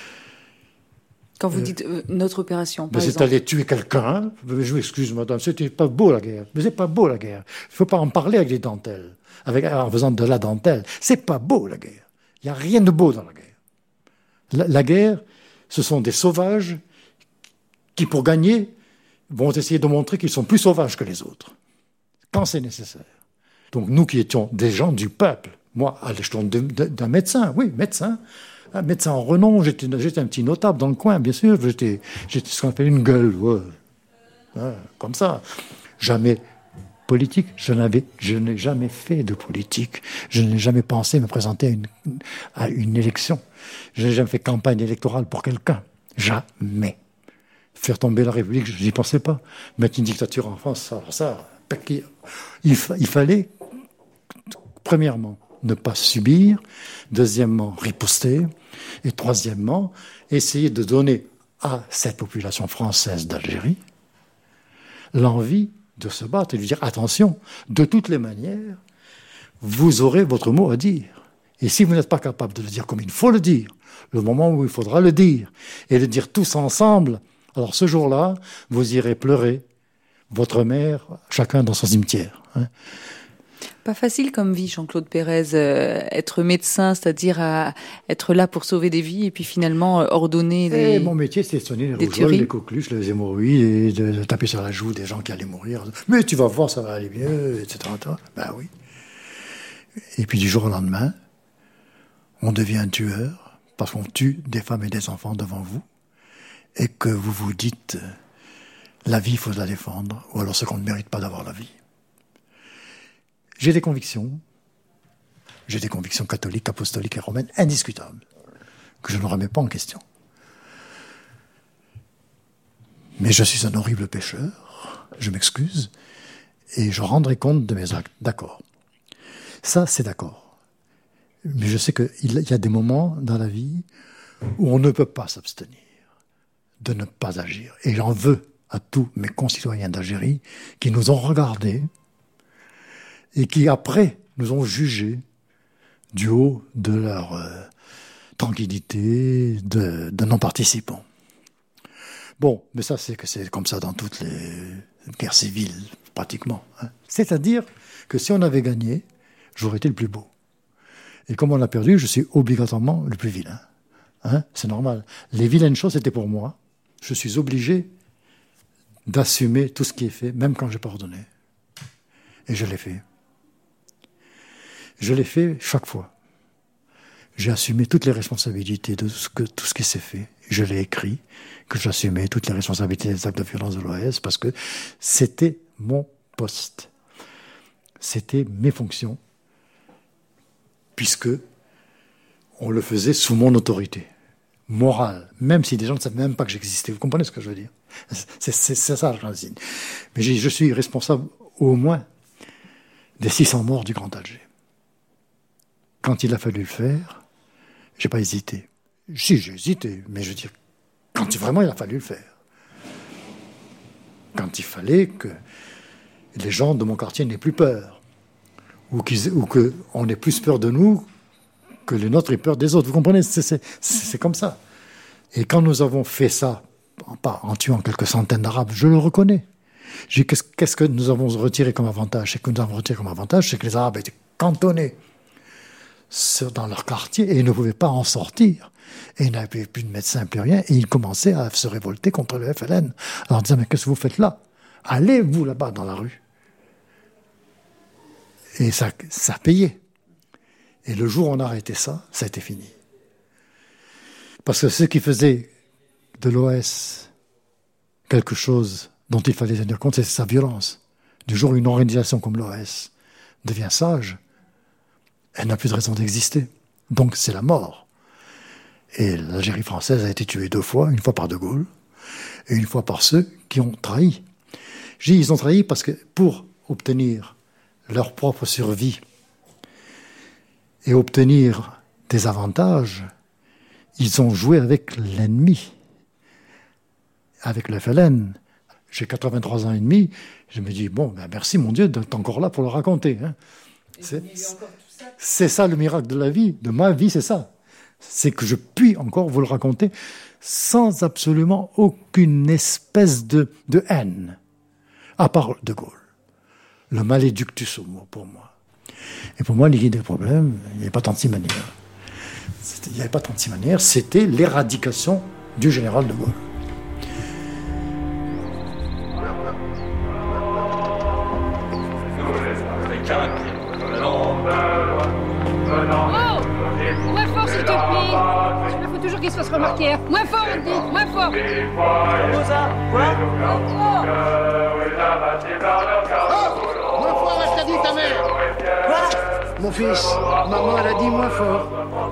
Speaker 8: Quand vous euh, dites euh, notre opération, par
Speaker 23: mais
Speaker 8: exemple...
Speaker 23: c'est aller tuer quelqu'un. Je m'excuse, madame, c'était pas beau la guerre. Mais c'est pas beau la guerre. Il faut pas en parler avec des dentelles, avec, en faisant de la dentelle. C'est pas beau la guerre. Il n'y a rien de beau dans la guerre. La, la guerre, ce sont des sauvages qui, pour gagner, vont essayer de montrer qu'ils sont plus sauvages que les autres, quand c'est nécessaire. Donc nous qui étions des gens du peuple, moi, à l'échelon d'un médecin, oui, médecin, un médecin en renom, j'étais, j'étais un petit notable dans le coin, bien sûr, j'étais, j'étais ce qu'on appelle une gueule, ouais. Ouais, comme ça. Jamais politique, je, n'avais, je n'ai jamais fait de politique, je n'ai jamais pensé me présenter à une, à une élection, je n'ai jamais fait campagne électorale pour quelqu'un, jamais. Faire tomber la République, je n'y pensais pas. Mettre une dictature en France, alors ça, il, il fallait, premièrement, ne pas subir, deuxièmement, riposter, et troisièmement, essayer de donner à cette population française d'Algérie l'envie de se battre et de lui dire, attention, de toutes les manières, vous aurez votre mot à dire. Et si vous n'êtes pas capable de le dire comme il faut le dire, le moment où il faudra le dire, et le dire tous ensemble, alors ce jour-là, vous irez pleurer votre mère, chacun dans son cimetière. Hein.
Speaker 8: Pas facile comme vie, Jean-Claude Pérez, euh, être médecin, c'est-à-dire à être là pour sauver des vies et puis finalement euh, ordonner des...
Speaker 23: Et mon métier, c'est de soigner les rougeoles, les coqueluches, les hémorroïdes, et de, de taper sur la joue des gens qui allaient mourir. Mais tu vas voir, ça va aller mieux, et cetera. Ben oui. Et puis du jour au lendemain, on devient un tueur parce qu'on tue des femmes et des enfants devant vous et que vous vous dites euh, la vie, il faut la défendre, ou alors ce qu'on ne mérite pas d'avoir la vie. J'ai des convictions, j'ai des convictions catholiques, apostoliques et romaines indiscutables, que je ne remets pas en question. Mais je suis un horrible pécheur, je m'excuse, et je rendrai compte de mes actes, d'accord. Ça, c'est d'accord. Mais je sais qu'il y a des moments dans la vie où on ne peut pas s'abstenir de ne pas agir. Et j'en veux à tous mes concitoyens d'Algérie qui nous ont regardés et qui, après, nous ont jugés du haut de leur euh, tranquillité, de, de non-participants. Bon, mais ça, c'est que c'est comme ça dans toutes les guerres civiles, pratiquement. Hein. C'est-à-dire que si on avait gagné, j'aurais été le plus beau. Et comme on a perdu, je suis obligatoirement le plus vilain. Hein, c'est normal. Les vilaines choses, c'était pour moi. Je suis obligé d'assumer tout ce qui est fait, même quand j'ai pardonné. Et je l'ai fait. Je l'ai fait chaque fois. J'ai assumé toutes les responsabilités de ce que, tout ce qui s'est fait. Je l'ai écrit, que j'assumais toutes les responsabilités des actes de violence de l'O A S, parce que c'était mon poste. C'était mes fonctions, puisque on le faisait sous mon autorité morale, même si des gens ne savaient même pas que j'existais. Vous comprenez ce que je veux dire ? C'est, c'est, c'est ça, Francine. Mais je, je suis responsable au moins des six cents morts du Grand Alger. Quand il a fallu le faire, j'ai pas hésité. Si, j'ai hésité, mais je veux dire, quand vraiment il a fallu le faire. Quand il fallait que les gens de mon quartier n'aient plus peur, ou, qu'ils, ou qu'on ait plus peur de nous que les nôtres aient peur des autres. Vous comprenez ? C'est, c'est, c'est comme ça. Et quand nous avons fait ça, pas en tuant quelques centaines d'Arabes, je le reconnais. J'ai dit, qu'est-ce, qu'est-ce que nous avons retiré comme avantage ? C'est que nous avons retiré comme avantage, c'est que les Arabes étaient cantonnés dans leur quartier et ils ne pouvaient pas en sortir. Et ils n'avaient plus de médecins, plus rien. Et ils commençaient à se révolter contre le F L N. Alors ils disaient, mais qu'est-ce que vous faites là ? Allez-vous là-bas dans la rue. Et ça, ça payait. Et le jour où on a arrêté ça, ça a été fini. Parce que ce qui faisait de l'O S quelque chose dont il fallait tenir compte, c'est sa violence. Du jour où une organisation comme l'O S devient sage, elle n'a plus de raison d'exister. Donc c'est la mort. Et l'Algérie française a été tuée deux fois, une fois par De Gaulle, et une fois par ceux qui ont trahi. Je dis, ils ont trahi parce que pour obtenir leur propre survie et obtenir des avantages, ils ont joué avec l'ennemi, avec le F L N. J'ai quatre-vingt-trois ans et demi, je me dis, bon, ben merci mon Dieu d'être encore là pour le raconter. Hein. C'est, c'est ça le miracle de la vie, de ma vie, c'est ça. C'est que je puis encore vous le raconter sans absolument aucune espèce de, de haine, à part De Gaulle. Le malédictus homo pour moi. Et pour moi, l'idée des problèmes, il n'y avait pas trente-six manières. C'était, il n'y avait pas trente-six manières, c'était l'éradication du général De Gaulle.
Speaker 1: Moins fort, s'il te plaît. Il faut toujours qu'il se fasse remarquer. Moins fort, on dit. Moins fort.
Speaker 2: Rosa, quoi?
Speaker 1: Oh, moins fort, elle t'a dit ta mère.
Speaker 2: Quoi? Mon fils, maman, elle a dit moins fort.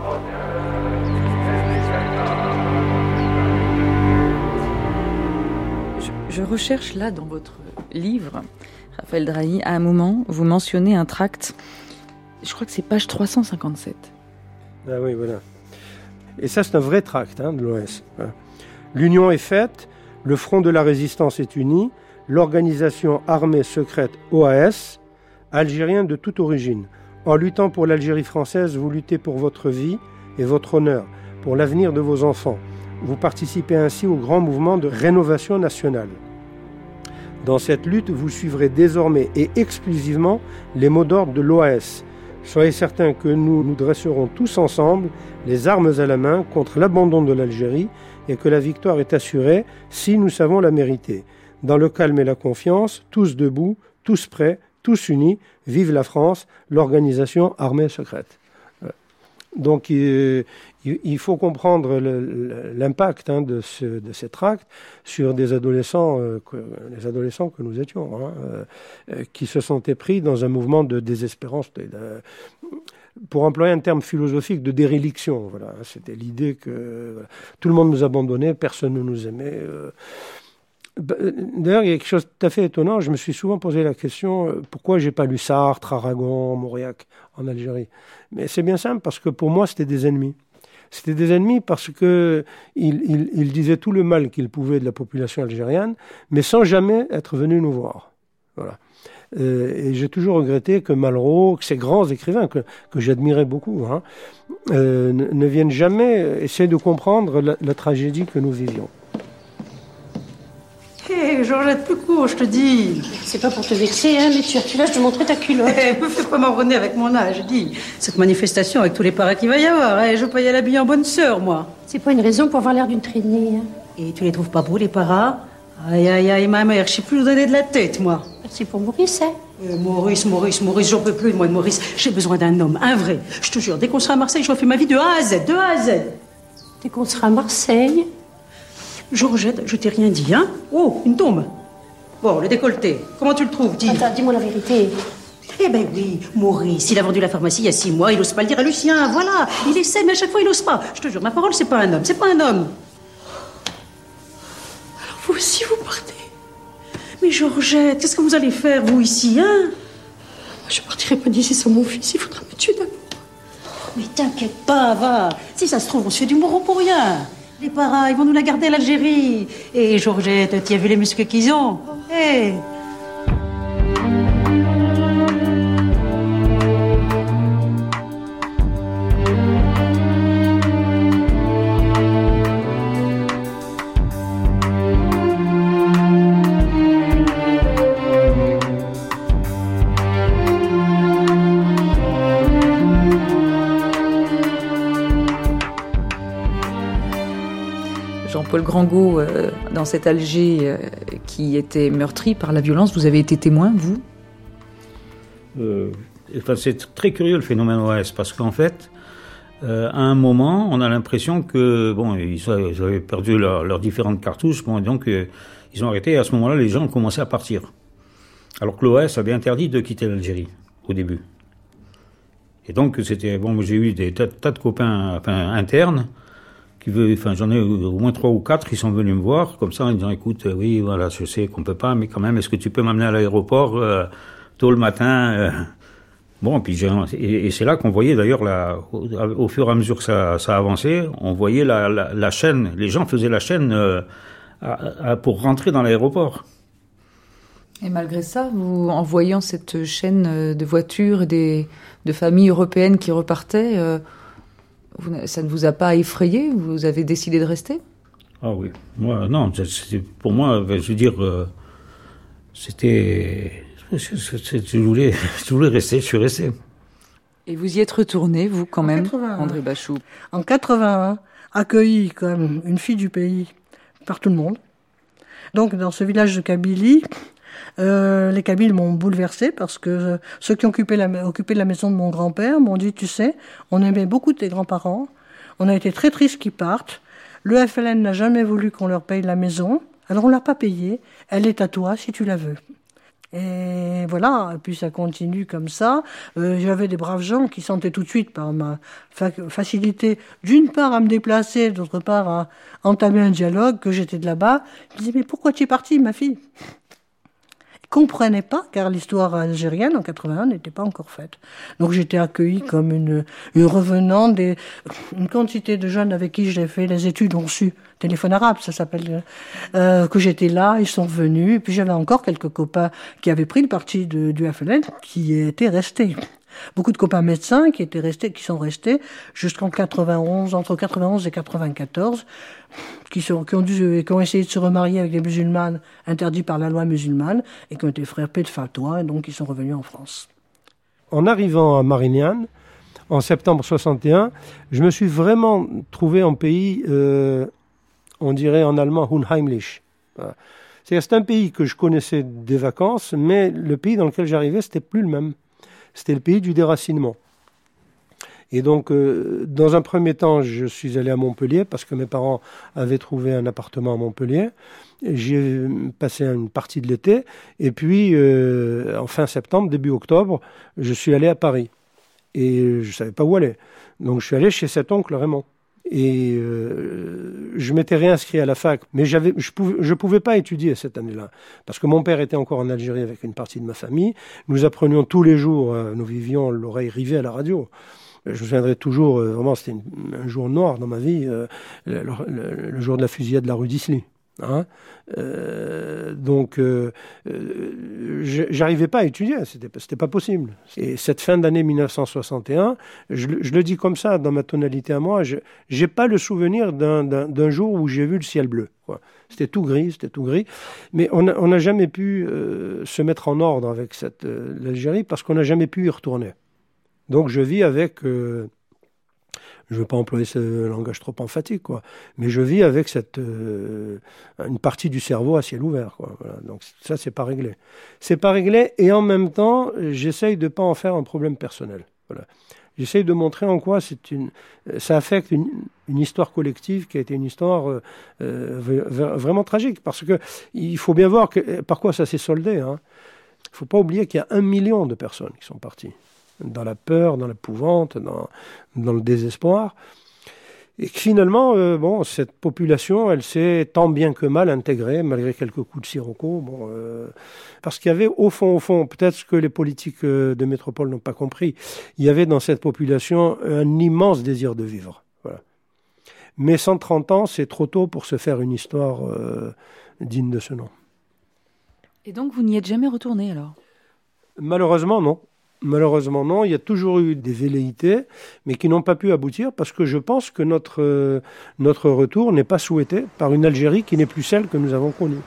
Speaker 8: Je, je recherche là dans votre livre, Raphaël Drahi, à un moment, vous mentionnez un tract, je crois que c'est page trois cent cinquante-sept.
Speaker 4: Ah oui, voilà. Et ça, c'est un vrai tract hein, de l'O S. Voilà. L'union est faite, le front de la résistance est uni, l'organisation armée secrète O A S, algérien de toute origine. En luttant pour l'Algérie française, vous luttez pour votre vie et votre honneur, pour l'avenir de vos enfants. Vous participez ainsi au grand mouvement de rénovation nationale. Dans cette lutte, vous suivrez désormais et exclusivement les mots d'ordre de l'O A S. Soyez certains que nous nous dresserons tous ensemble, les armes à la main, contre l'abandon de l'Algérie et que la victoire est assurée si nous savons la mériter. Dans le calme et la confiance, tous debout, tous prêts, tous unis, vive la France, l'organisation armée secrète. Donc il, il faut comprendre le, l'impact hein, de, ce, de ces tracts sur des adolescents, euh, que, les adolescents que nous étions, hein, euh, qui se sentaient pris dans un mouvement de désespérance, de, de, pour employer un terme philosophique, de déréliction. Voilà, c'était l'idée que voilà, tout le monde nous abandonnait, personne ne nous aimait. Euh, D'ailleurs, il y a quelque chose de tout à fait étonnant. Je me suis souvent posé la question pourquoi j'ai pas lu Sartre, Aragon, Mauriac en Algérie. Mais c'est bien simple parce que pour moi, c'était des ennemis. C'était des ennemis parce que ils, ils, ils disaient tout le mal qu'ils pouvaient de la population algérienne, mais sans jamais être venus nous voir. Voilà. Euh, et j'ai toujours regretté que Malraux, que ces grands écrivains que, que j'admirais beaucoup, hein, euh, ne, ne viennent jamais essayer de comprendre la, la tragédie que nous vivions.
Speaker 5: Hé, hey, Georgette, plus court, je te dis.
Speaker 1: C'est pas pour te vexer, hein, mais tu as tu l'âge de montrer ta culotte.
Speaker 5: Hé, hey, me fais pas marronner avec mon âge, je dis. Cette manifestation avec tous les paras qu'il va y avoir, hein, je veux pas y aller habillée en bonne sœur, moi.
Speaker 1: C'est pas une raison pour avoir l'air d'une traînée, hein.
Speaker 5: Et tu les trouves pas beaux, les paras? Aïe, aïe, aïe, ma mère, je sais plus où donner de la tête, moi.
Speaker 1: C'est pour Maurice, hein.
Speaker 5: Euh, Maurice, Maurice, Maurice, j'en peux plus de moi de Maurice. J'ai besoin d'un homme, un vrai. Je te jure, dès qu'on sera à Marseille, je refais ma vie de A à Z, de A à Z.
Speaker 1: Dès qu'on sera à Marseille?
Speaker 5: Georgette, je t'ai rien dit, hein? Oh, une tombe. Bon, le décolleté, comment tu le trouves, dis?
Speaker 1: Attends, dis-moi la vérité.
Speaker 5: Eh ben oui, Maurice, il a vendu la pharmacie il y a six mois, il ose pas le dire à Lucien, voilà. Il essaie, mais à chaque fois, il ose pas. Je te jure, ma parole, c'est pas un homme, c'est pas un homme. Alors vous aussi, vous partez? Mais Georgette, qu'est-ce que vous allez faire, vous, ici, hein?
Speaker 1: Moi, je partirai pas d'ici sans mon fils, il faudra me tuer d'amour.
Speaker 5: Mais t'inquiète pas, va. Si ça se trouve, on se fait du moreau pour rien. Les paras, ils vont nous la garder à l'Algérie. Et Georgette, tu as vu les muscles qu'ils ont? Hé hey.
Speaker 8: Jean-Paul Grangot, euh, dans cet Alger euh, qui était meurtri par la violence, vous avez été témoin, vous?
Speaker 17: euh, enfin, c'est très curieux le phénomène O A S, parce qu'en fait, euh, à un moment, on a l'impression que bon, ils, ils avaient perdu leurs leur différentes cartouches, bon, et donc euh, ils ont arrêté, et à ce moment-là, les gens ont commencé à partir. Alors que l'O A S avait interdit de quitter l'Algérie, au début. Et donc, c'était, bon, j'ai eu des tas, tas de copains enfin, internes, qui veut, enfin, j'en ai au moins trois ou quatre qui sont venus me voir, comme ça, en disant, écoute, euh, oui, voilà, je sais qu'on peut pas, mais quand même, est-ce que tu peux m'amener à l'aéroport euh, tôt le matin euh... Bon, puis j'ai, et, et c'est là qu'on voyait d'ailleurs, la, au, au fur et à mesure que ça, ça avançait, on voyait la, la, la chaîne, les gens faisaient la chaîne euh, à, à, pour rentrer dans l'aéroport.
Speaker 8: Et malgré ça, vous, en voyant cette chaîne de voitures et des, de familles européennes qui repartaient, euh, vous, ça ne vous a pas effrayé? Vous avez décidé de rester?
Speaker 17: Ah oui, moi, non, c'était, pour moi, je veux dire, euh, c'était... Je, je, je, voulais, je voulais rester, je suis resté.
Speaker 8: Et vous y êtes retourné, vous, quand
Speaker 13: en
Speaker 8: même,
Speaker 13: quatre-vingt-un.
Speaker 8: André Bachou?
Speaker 13: En quatre-vingt-un, accueilli comme une fille du pays par tout le monde. Donc, dans ce village de Kabylie, euh, les Kabyles m'ont bouleversé parce que euh, ceux qui occupaient la, occupaient la maison de mon grand-père m'ont dit, tu sais, on aimait beaucoup tes grands-parents, on a été très tristes qu'ils partent, le F L N n'a jamais voulu qu'on leur paye la maison, alors on l'a pas payée, elle est à toi si tu la veux. Et voilà, et puis ça continue comme ça. Euh, j'avais des braves gens qui sentaient tout de suite par ma fa- facilité, d'une part à me déplacer, d'autre part à entamer un dialogue, que j'étais de là-bas. Ils disaient, mais pourquoi tu es partie, ma fille? Ils comprenaient pas, car l'histoire algérienne en quatre-vingt-un n'était pas encore faite. Donc j'étais accueillie comme une, une revenante. Des, une quantité de jeunes avec qui j'ai fait les études ont su, téléphone arabe, ça s'appelle, euh, que j'étais là, ils sont revenus. Et puis j'avais encore quelques copains qui avaient pris le parti de, du F L N, qui étaient restés. Beaucoup de copains médecins qui étaient restés, qui sont restés jusqu'en quatre-vingt-onze, entre quatre-vingt-onze et quatre-vingt-quatorze, qui, sont, qui ont dû, qui ont essayé de se remarier avec des musulmanes interdits par la loi musulmane et qui ont été frappés de fatwa et donc ils sont revenus en France.
Speaker 4: En arrivant à Marignane, en septembre soixante et un, je me suis vraiment trouvé en pays, euh, on dirait en allemand, unheimlich. C'est-à-dire, c'est un pays que je connaissais des vacances, mais le pays dans lequel j'arrivais, c'était plus le même. C'était le pays du déracinement. Et donc, euh, dans un premier temps, je suis allé à Montpellier parce que mes parents avaient trouvé un appartement à Montpellier. J'y ai passé une partie de l'été. Et puis, euh, en fin septembre, début octobre, je suis allé à Paris. Et je ne savais pas où aller. Donc, je suis allé chez cet oncle Raymond. Et euh, je m'étais réinscrit à la fac, mais j'avais, je pouvais, je pouvais pas étudier cette année-là, parce que mon père était encore en Algérie avec une partie de ma famille. Nous apprenions tous les jours, euh, nous vivions l'oreille rivée à la radio. Je me souviendrai toujours, euh, vraiment, c'était une, un jour noir dans ma vie, euh, le, le, le jour de la fusillade de la rue d'Isly. Hein euh, donc, euh, euh, j'arrivais pas à étudier, c'était, c'était pas possible. Et cette fin d'année mille neuf cent soixante et un, je, je le dis comme ça, dans ma tonalité à moi, je j'ai pas le souvenir d'un, d'un, d'un jour où j'ai vu le ciel bleu, quoi. C'était tout gris, c'était tout gris. Mais on n'a on a jamais pu euh, se mettre en ordre avec cette, euh, l'Algérie parce qu'on n'a jamais pu y retourner. Donc, je vis avec... Euh, je ne veux pas employer ce langage trop emphatique, quoi. Mais je vis avec cette, euh, une partie du cerveau à ciel ouvert, quoi. Voilà. Donc ça, c'est pas réglé. C'est pas réglé, et en même temps, j'essaye de pas en faire un problème personnel. Voilà. J'essaye de montrer en quoi c'est une, ça affecte une, une histoire collective qui a été une histoire euh, euh, vraiment tragique. Parce que il faut bien voir que, par quoi ça s'est soldé. Hein. Il ne faut pas oublier qu'il y a un million de personnes qui sont parties. Dans la peur, dans l'épouvante, dans, dans le désespoir. Et que finalement, euh, bon, cette population, elle s'est tant bien que mal intégrée, malgré quelques coups de sirocco. Bon, euh, parce qu'il y avait, au fond, au fond, peut-être ce que les politiques euh, de métropole n'ont pas compris, il y avait dans cette population un immense désir de vivre. Voilà. Mais cent trente ans, c'est trop tôt pour se faire une histoire euh, digne de ce nom.
Speaker 8: Et donc, vous n'y êtes jamais retourné, alors ?
Speaker 4: Malheureusement, non. Malheureusement, non. Il y a toujours eu des velléités, mais qui n'ont pas pu aboutir parce que je pense que notre, euh, notre retour n'est pas souhaité par une Algérie qui n'est plus celle que nous avons connue.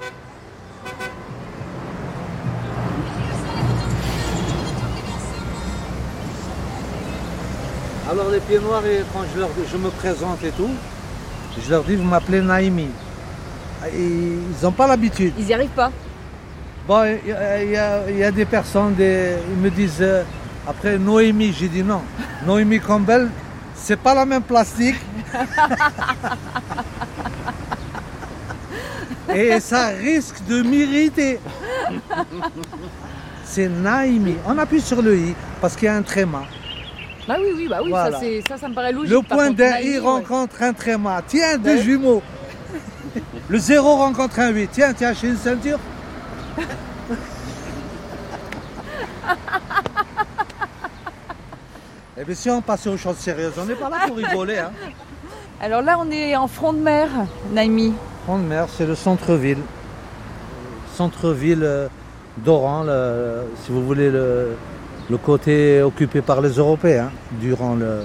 Speaker 12: Alors les pieds noirs, quand je, leur, je me présente et tout, je leur dis, vous m'appelez Naïmi. Ils n'ont pas l'habitude.
Speaker 8: Ils n'y arrivent pas.
Speaker 12: Bon, il y, y, y a des personnes, des, ils me disent, euh, après Noémie, j'ai dit non. Noémie Campbell, c'est pas la même plastique. Et ça risque de m'irriter. C'est Naïmi. On appuie sur le i parce qu'il y a un tréma.
Speaker 8: Bah oui, oui, bah oui,
Speaker 12: voilà.
Speaker 8: ça, c'est, ça, ça me paraît logique.
Speaker 12: Le point d'un i rencontre ouais. un tréma. Tiens, deux ouais. jumeaux. Le zéro rencontre un huit. Tiens, tu as acheté une ceinture. Et bien si on passe aux choses sérieuses, on n'est pas là pour rigoler. Hein.
Speaker 8: Alors là, on est en front de mer, Naïmi.
Speaker 12: Front de mer, c'est le centre-ville. Centre-ville d'Oran, le, si vous voulez, le, le côté occupé par les Européens durant le...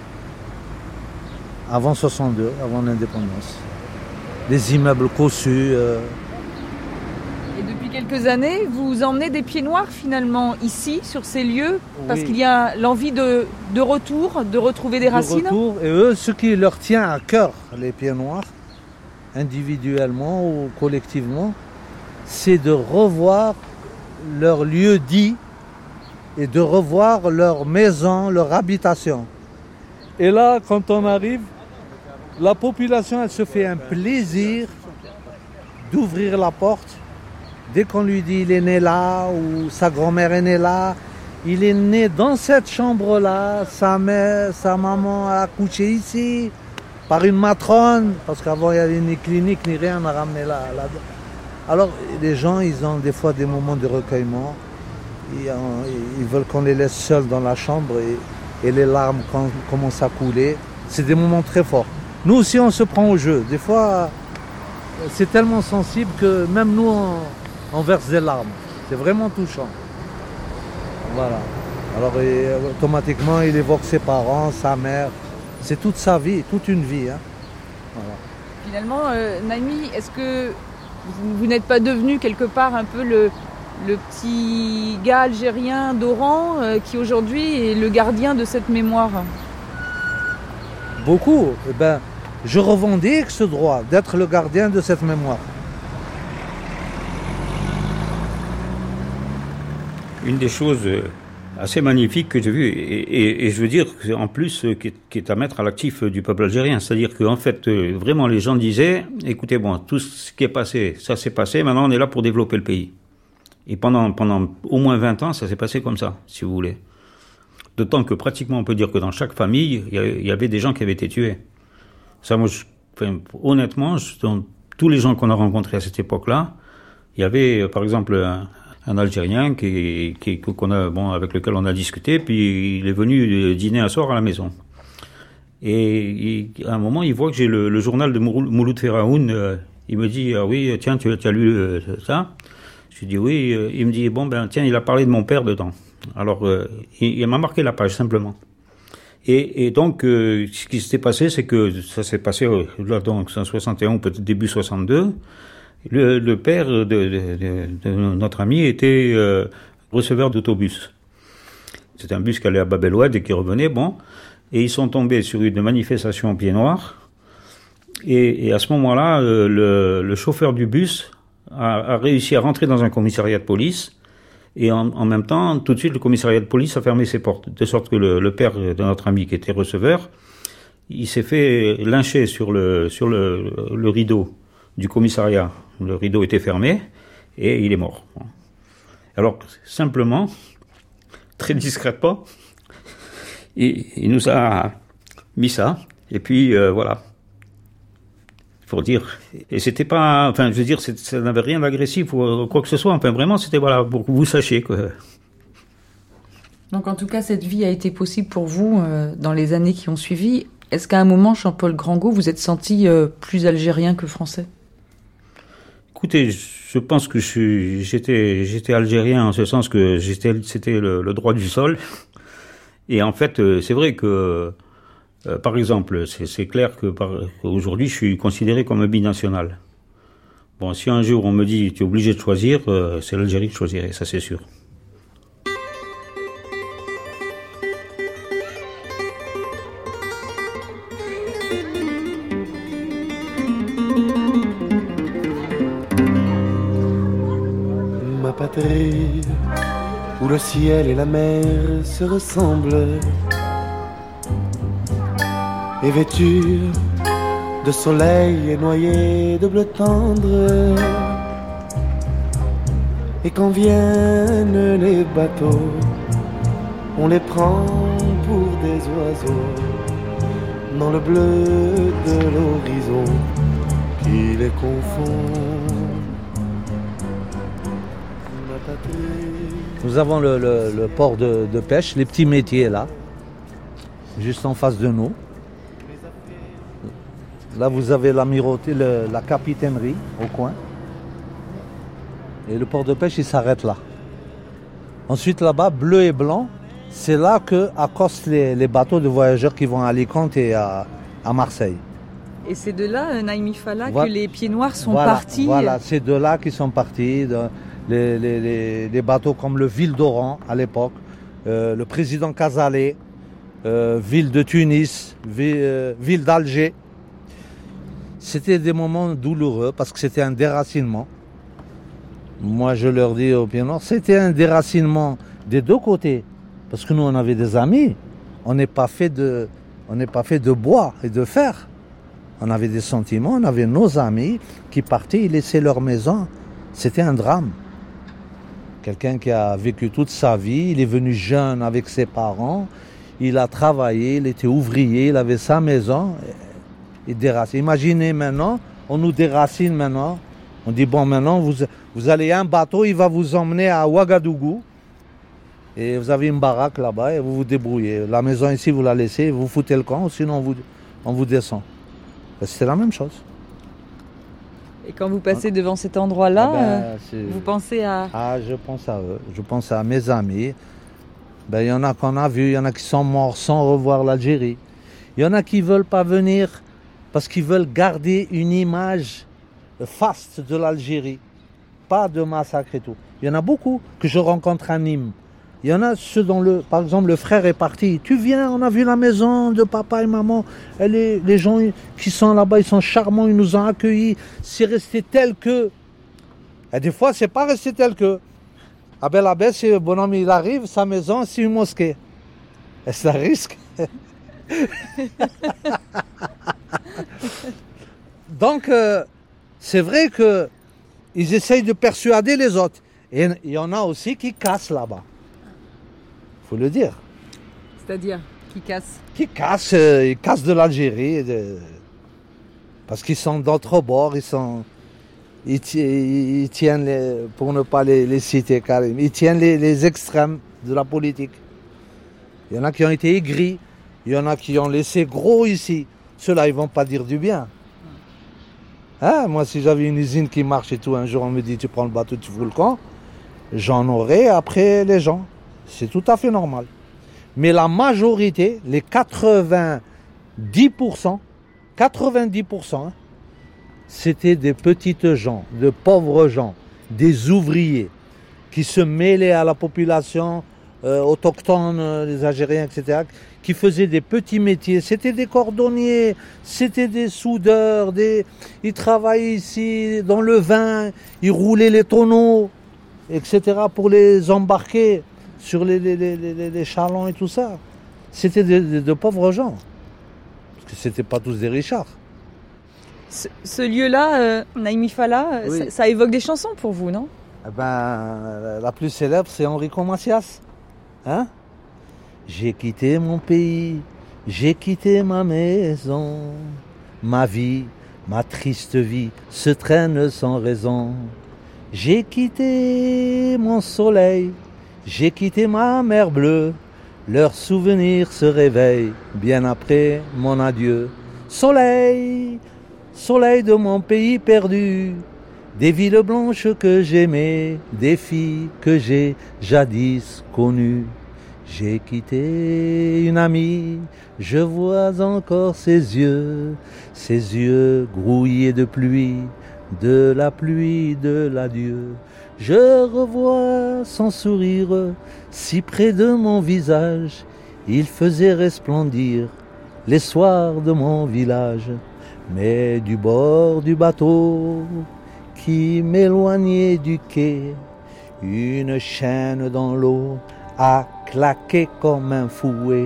Speaker 12: avant soixante-deux, avant l'indépendance. Des immeubles cossus. Euh,
Speaker 8: Et depuis quelques années, vous emmenez des pieds noirs finalement ici, sur ces lieux, parce
Speaker 12: oui.
Speaker 8: qu'il y a l'envie de, de retour, de retrouver des
Speaker 12: de
Speaker 8: racines.
Speaker 12: Retour, et eux, ce qui leur tient à cœur, les pieds noirs, individuellement ou collectivement, c'est de revoir leur lieu dit et de revoir leur maison, leur habitation. Et là, quand on arrive, la population, elle se fait un plaisir d'ouvrir la porte. Dès qu'on lui dit il est né là ou sa grand-mère est née là, il est né dans cette chambre-là, sa mère, sa maman a accouché ici, par une matrone, parce qu'avant il n'y avait ni clinique ni rien à ramener là, là. Alors les gens, ils ont des fois des moments de recueillement, ils, ils veulent qu'on les laisse seuls dans la chambre et, et les larmes quand, commencent à couler. C'est des moments très forts. Nous aussi on se prend au jeu. Des fois c'est tellement sensible que même nous on, on verse des larmes. C'est vraiment touchant. Voilà. Alors et, automatiquement il évoque ses parents, sa mère. C'est toute sa vie, toute une vie. Hein. Voilà.
Speaker 8: Finalement, euh, Naïmi, est-ce que vous, vous n'êtes pas devenu quelque part un peu le, le petit gars algérien d'Oran euh, qui aujourd'hui est le gardien de cette mémoire ?
Speaker 12: Beaucoup. Eh ben, je revendique ce droit d'être le gardien de cette mémoire.
Speaker 17: une des choses assez magnifiques que j'ai vues, et, et, et je veux dire, en plus, qui est, qui est à mettre à l'actif du peuple algérien. C'est-à-dire qu'en fait, vraiment, les gens disaient, écoutez, bon, tout ce qui est passé, ça s'est passé, maintenant on est là pour développer le pays. Et pendant, pendant au moins vingt ans, ça s'est passé comme ça, si vous voulez. D'autant que pratiquement, on peut dire que dans chaque famille, il y avait des gens qui avaient été tués. Ça, moi, je, enfin, honnêtement, je, dans tous les gens qu'on a rencontrés à cette époque-là, il y avait, par exemple, un, un Algérien qui, qui, qu'on a, bon, avec lequel on a discuté, puis il est venu dîner un soir à la maison. Et il, à un moment, il voit que j'ai le, le journal de Mouloud Feraoun. Euh, il me dit, ah oui, tiens, tu, tu as lu euh, ça? Je lui dis oui. Euh, il me dit, bon, ben tiens, il a parlé de mon père dedans. Alors, euh, il, il m'a marqué la page, simplement. Et, et donc, euh, ce qui s'était passé, c'est que ça s'est passé, euh, là, donc, en soixante et un, peut-être début soixante-deux. Le, le père de, de, de, de notre ami était euh, receveur d'autobus. C'était un bus qui allait à Bab el-Oued et qui revenait, bon. Et ils sont tombés sur une manifestation en pied noir. Et, et à ce moment-là, euh, le, le chauffeur du bus a, a réussi à rentrer dans un commissariat de police. Et en, en même temps, tout de suite, le commissariat de police a fermé ses portes. De sorte que le, le père de notre ami qui était receveur, il s'est fait lyncher sur le, sur le, le rideau du commissariat. Le rideau était fermé et il est mort. Alors, simplement, très discrètement, il, il nous a mis ça. Et puis, euh, voilà. Pour dire. Et c'était pas, enfin, je veux dire, ça n'avait rien d'agressif ou quoi que ce soit. Enfin, vraiment, c'était, voilà, pour que vous sachiez, quoi.
Speaker 8: Donc, en tout cas, cette vie a été possible pour vous euh, dans les années qui ont suivi. Est-ce qu'à un moment, Jean-Paul Grandgaud, vous êtes senti euh, plus algérien que français?
Speaker 17: Écoutez, je pense que je suis, j'étais, j'étais algérien en ce sens que j'étais, c'était le, le droit du sol. Et en fait, c'est vrai que, euh, par exemple, c'est, c'est clair que par, aujourd'hui, je suis considéré comme un binational. Bon, si un jour on me dit tu es obligé de choisir, euh, c'est l'Algérie que je choisirais, ça c'est sûr.
Speaker 6: Patrie, où le ciel et la mer se ressemblent, et vêtue de soleil et noyée de bleu tendre. Et quand viennent les bateaux, on les prend pour des oiseaux dans le bleu de l'horizon qui les confond.
Speaker 12: Nous avons le, le, le port de, de pêche, les petits métiers là, juste en face de nous. Là vous avez l'amirauté, le, la capitainerie au coin. Et le port de pêche il s'arrête là. Ensuite là-bas, bleu et blanc, c'est là que accostent les, les bateaux de voyageurs qui vont à Alicante et à, à Marseille.
Speaker 8: Et c'est de là, Naïmi Fala,
Speaker 12: voilà.
Speaker 8: que les pieds noirs sont
Speaker 12: voilà,
Speaker 8: partis.
Speaker 12: Voilà, c'est de là qu'ils sont partis. De, Les, les, les, les bateaux comme le Ville d'Oran à l'époque, euh, le président Cazalet, euh, Ville de Tunis, Ville, euh, Ville d'Alger. C'était des moments douloureux parce que c'était un déracinement. Moi je leur dis au Pied Noir, c'était un déracinement des deux côtés. Parce que nous on avait des amis, on n'est pas fait de, on n'est pas fait de bois et de fer. On avait des sentiments, on avait nos amis qui partaient, ils laissaient leur maison. C'était un drame. Quelqu'un qui a vécu toute sa vie, il est venu jeune avec ses parents, il a travaillé, il était ouvrier, il avait sa maison, il déracine. Imaginez maintenant, on nous déracine maintenant, on dit bon maintenant vous, vous allez un bateau, il va vous emmener à Ouagadougou, et vous avez une baraque là-bas et vous vous débrouillez. La maison ici vous la laissez, vous foutez le camp, sinon on vous, on vous descend. Et c'était la même chose.
Speaker 8: Et quand vous passez devant cet endroit-là,
Speaker 12: ah ben,
Speaker 8: vous pensez à...
Speaker 12: Ah, je pense à eux, je pense à mes amis. Ben, il y en a qu'on a vu, il y en a qui sont morts sans revoir l'Algérie. Il y en a qui ne veulent pas venir parce qu'ils veulent garder une image faste de l'Algérie. Pas de massacre et tout. Il y en a beaucoup que je rencontre à Nîmes. Il y en a ceux dont, le, par exemple, le frère est parti. Tu viens, on a vu la maison de papa et maman. Et les, les gens qui sont là-bas, ils sont charmants, ils nous ont accueillis. C'est resté tel que. Et des fois, c'est pas resté tel que. À Bel Abbès, si le bonhomme il arrive, sa maison, c'est une mosquée. Et ça risque. Donc, euh, c'est vrai qu'ils essayent de persuader les autres. Et il y en a aussi qui cassent là-bas. Il faut le dire.
Speaker 8: C'est-à-dire, qui cassent
Speaker 12: Qui cassent, euh, ils cassent de l'Algérie. De... Parce qu'ils sont d'autres bords, ils sont... Ils, t- ils tiennent, les, pour ne pas les, les citer, Karim, ils tiennent les, les extrêmes de la politique. Il y en a qui ont été aigris, il y en a qui ont laissé gros ici. Ceux-là, ils ne vont pas dire du bien. Hein, moi, si j'avais une usine qui marche et tout, un jour on me dit tu prends le bateau, tu fous le camp, j'en aurais après les gens. C'est tout à fait normal. Mais la majorité, les quatre-vingt-dix pour cent, quatre-vingt-dix pour cent, hein, c'était des petites gens, de pauvres gens, des ouvriers qui se mêlaient à la population euh, autochtone, euh, les Algériens, et cetera, qui faisaient des petits métiers. C'était des cordonniers, c'était des soudeurs, des... ils travaillaient ici dans le vin, ils roulaient les tonneaux, et cetera, pour les embarquer sur les, les, les, les, les chalands et tout ça. C'était de, de, de pauvres gens, parce que c'était pas tous des richards.
Speaker 8: Ce, ce lieu-là, euh, Naimi Fala, oui. ça, ça évoque des chansons pour vous, non?
Speaker 12: Eh ben, la plus célèbre, c'est Enrico Macias. Hein? J'ai quitté mon pays, j'ai quitté ma maison. Ma vie, ma triste vie, se traîne sans raison. J'ai quitté mon soleil, j'ai quitté ma mer bleue. Leurs souvenirs se réveillent bien après mon adieu. Soleil, soleil de mon pays perdu, des villes blanches que j'aimais, des filles que j'ai jadis connues. J'ai quitté une amie, je vois encore ses yeux, ses yeux grouillés de pluie, de la pluie de l'adieu. Je revois son sourire si près de mon visage, il faisait resplendir les soirs de mon village. Mais du bord du bateau qui m'éloignait du quai, une chaîne dans l'eau a claqué comme un fouet.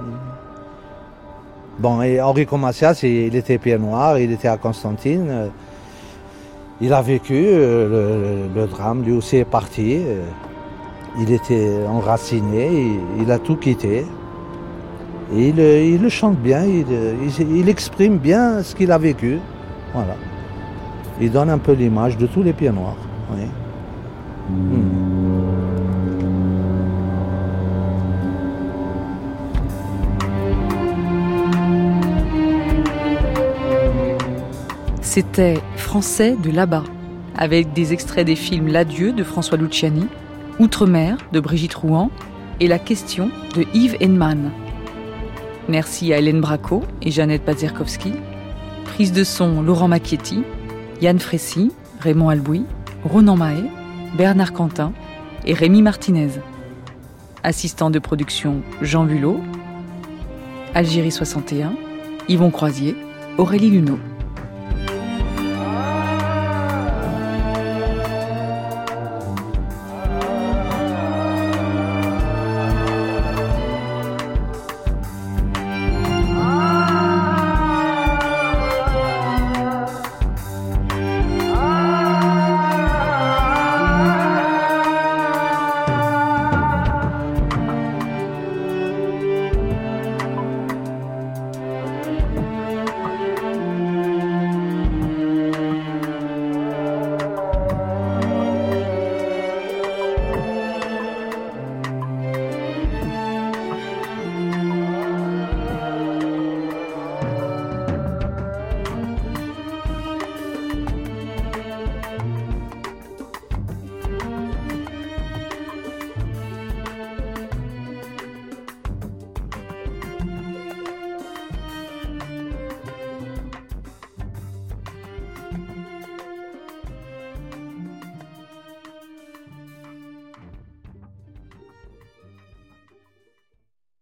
Speaker 12: Bon, et Enrico Macias, il était pied noir, il était à Constantine. Il a vécu le, le, le drame, lui aussi est parti. Il était enraciné, il, il a tout quitté. Et il, il le chante bien, il, il, il exprime bien ce qu'il a vécu. Voilà. Il donne un peu l'image de tous les pieds noirs. Oui. Hmm.
Speaker 8: C'était Français de là-bas, avec des extraits des films L'Adieu de François Luciani, Outre-mer de Brigitte Rouen et La Question de Yves Henneman. Merci à Hélène Braco et Jeannette Pazerkowski. Prise de son Laurent Macchietti, Yann Frécy, Raymond Albouy, Ronan Mahé, Bernard Quentin et Rémi Martinez. Assistant de production Jean Vulot. Algérie soixante et un, Yvon Croisier, Aurélie Luneau.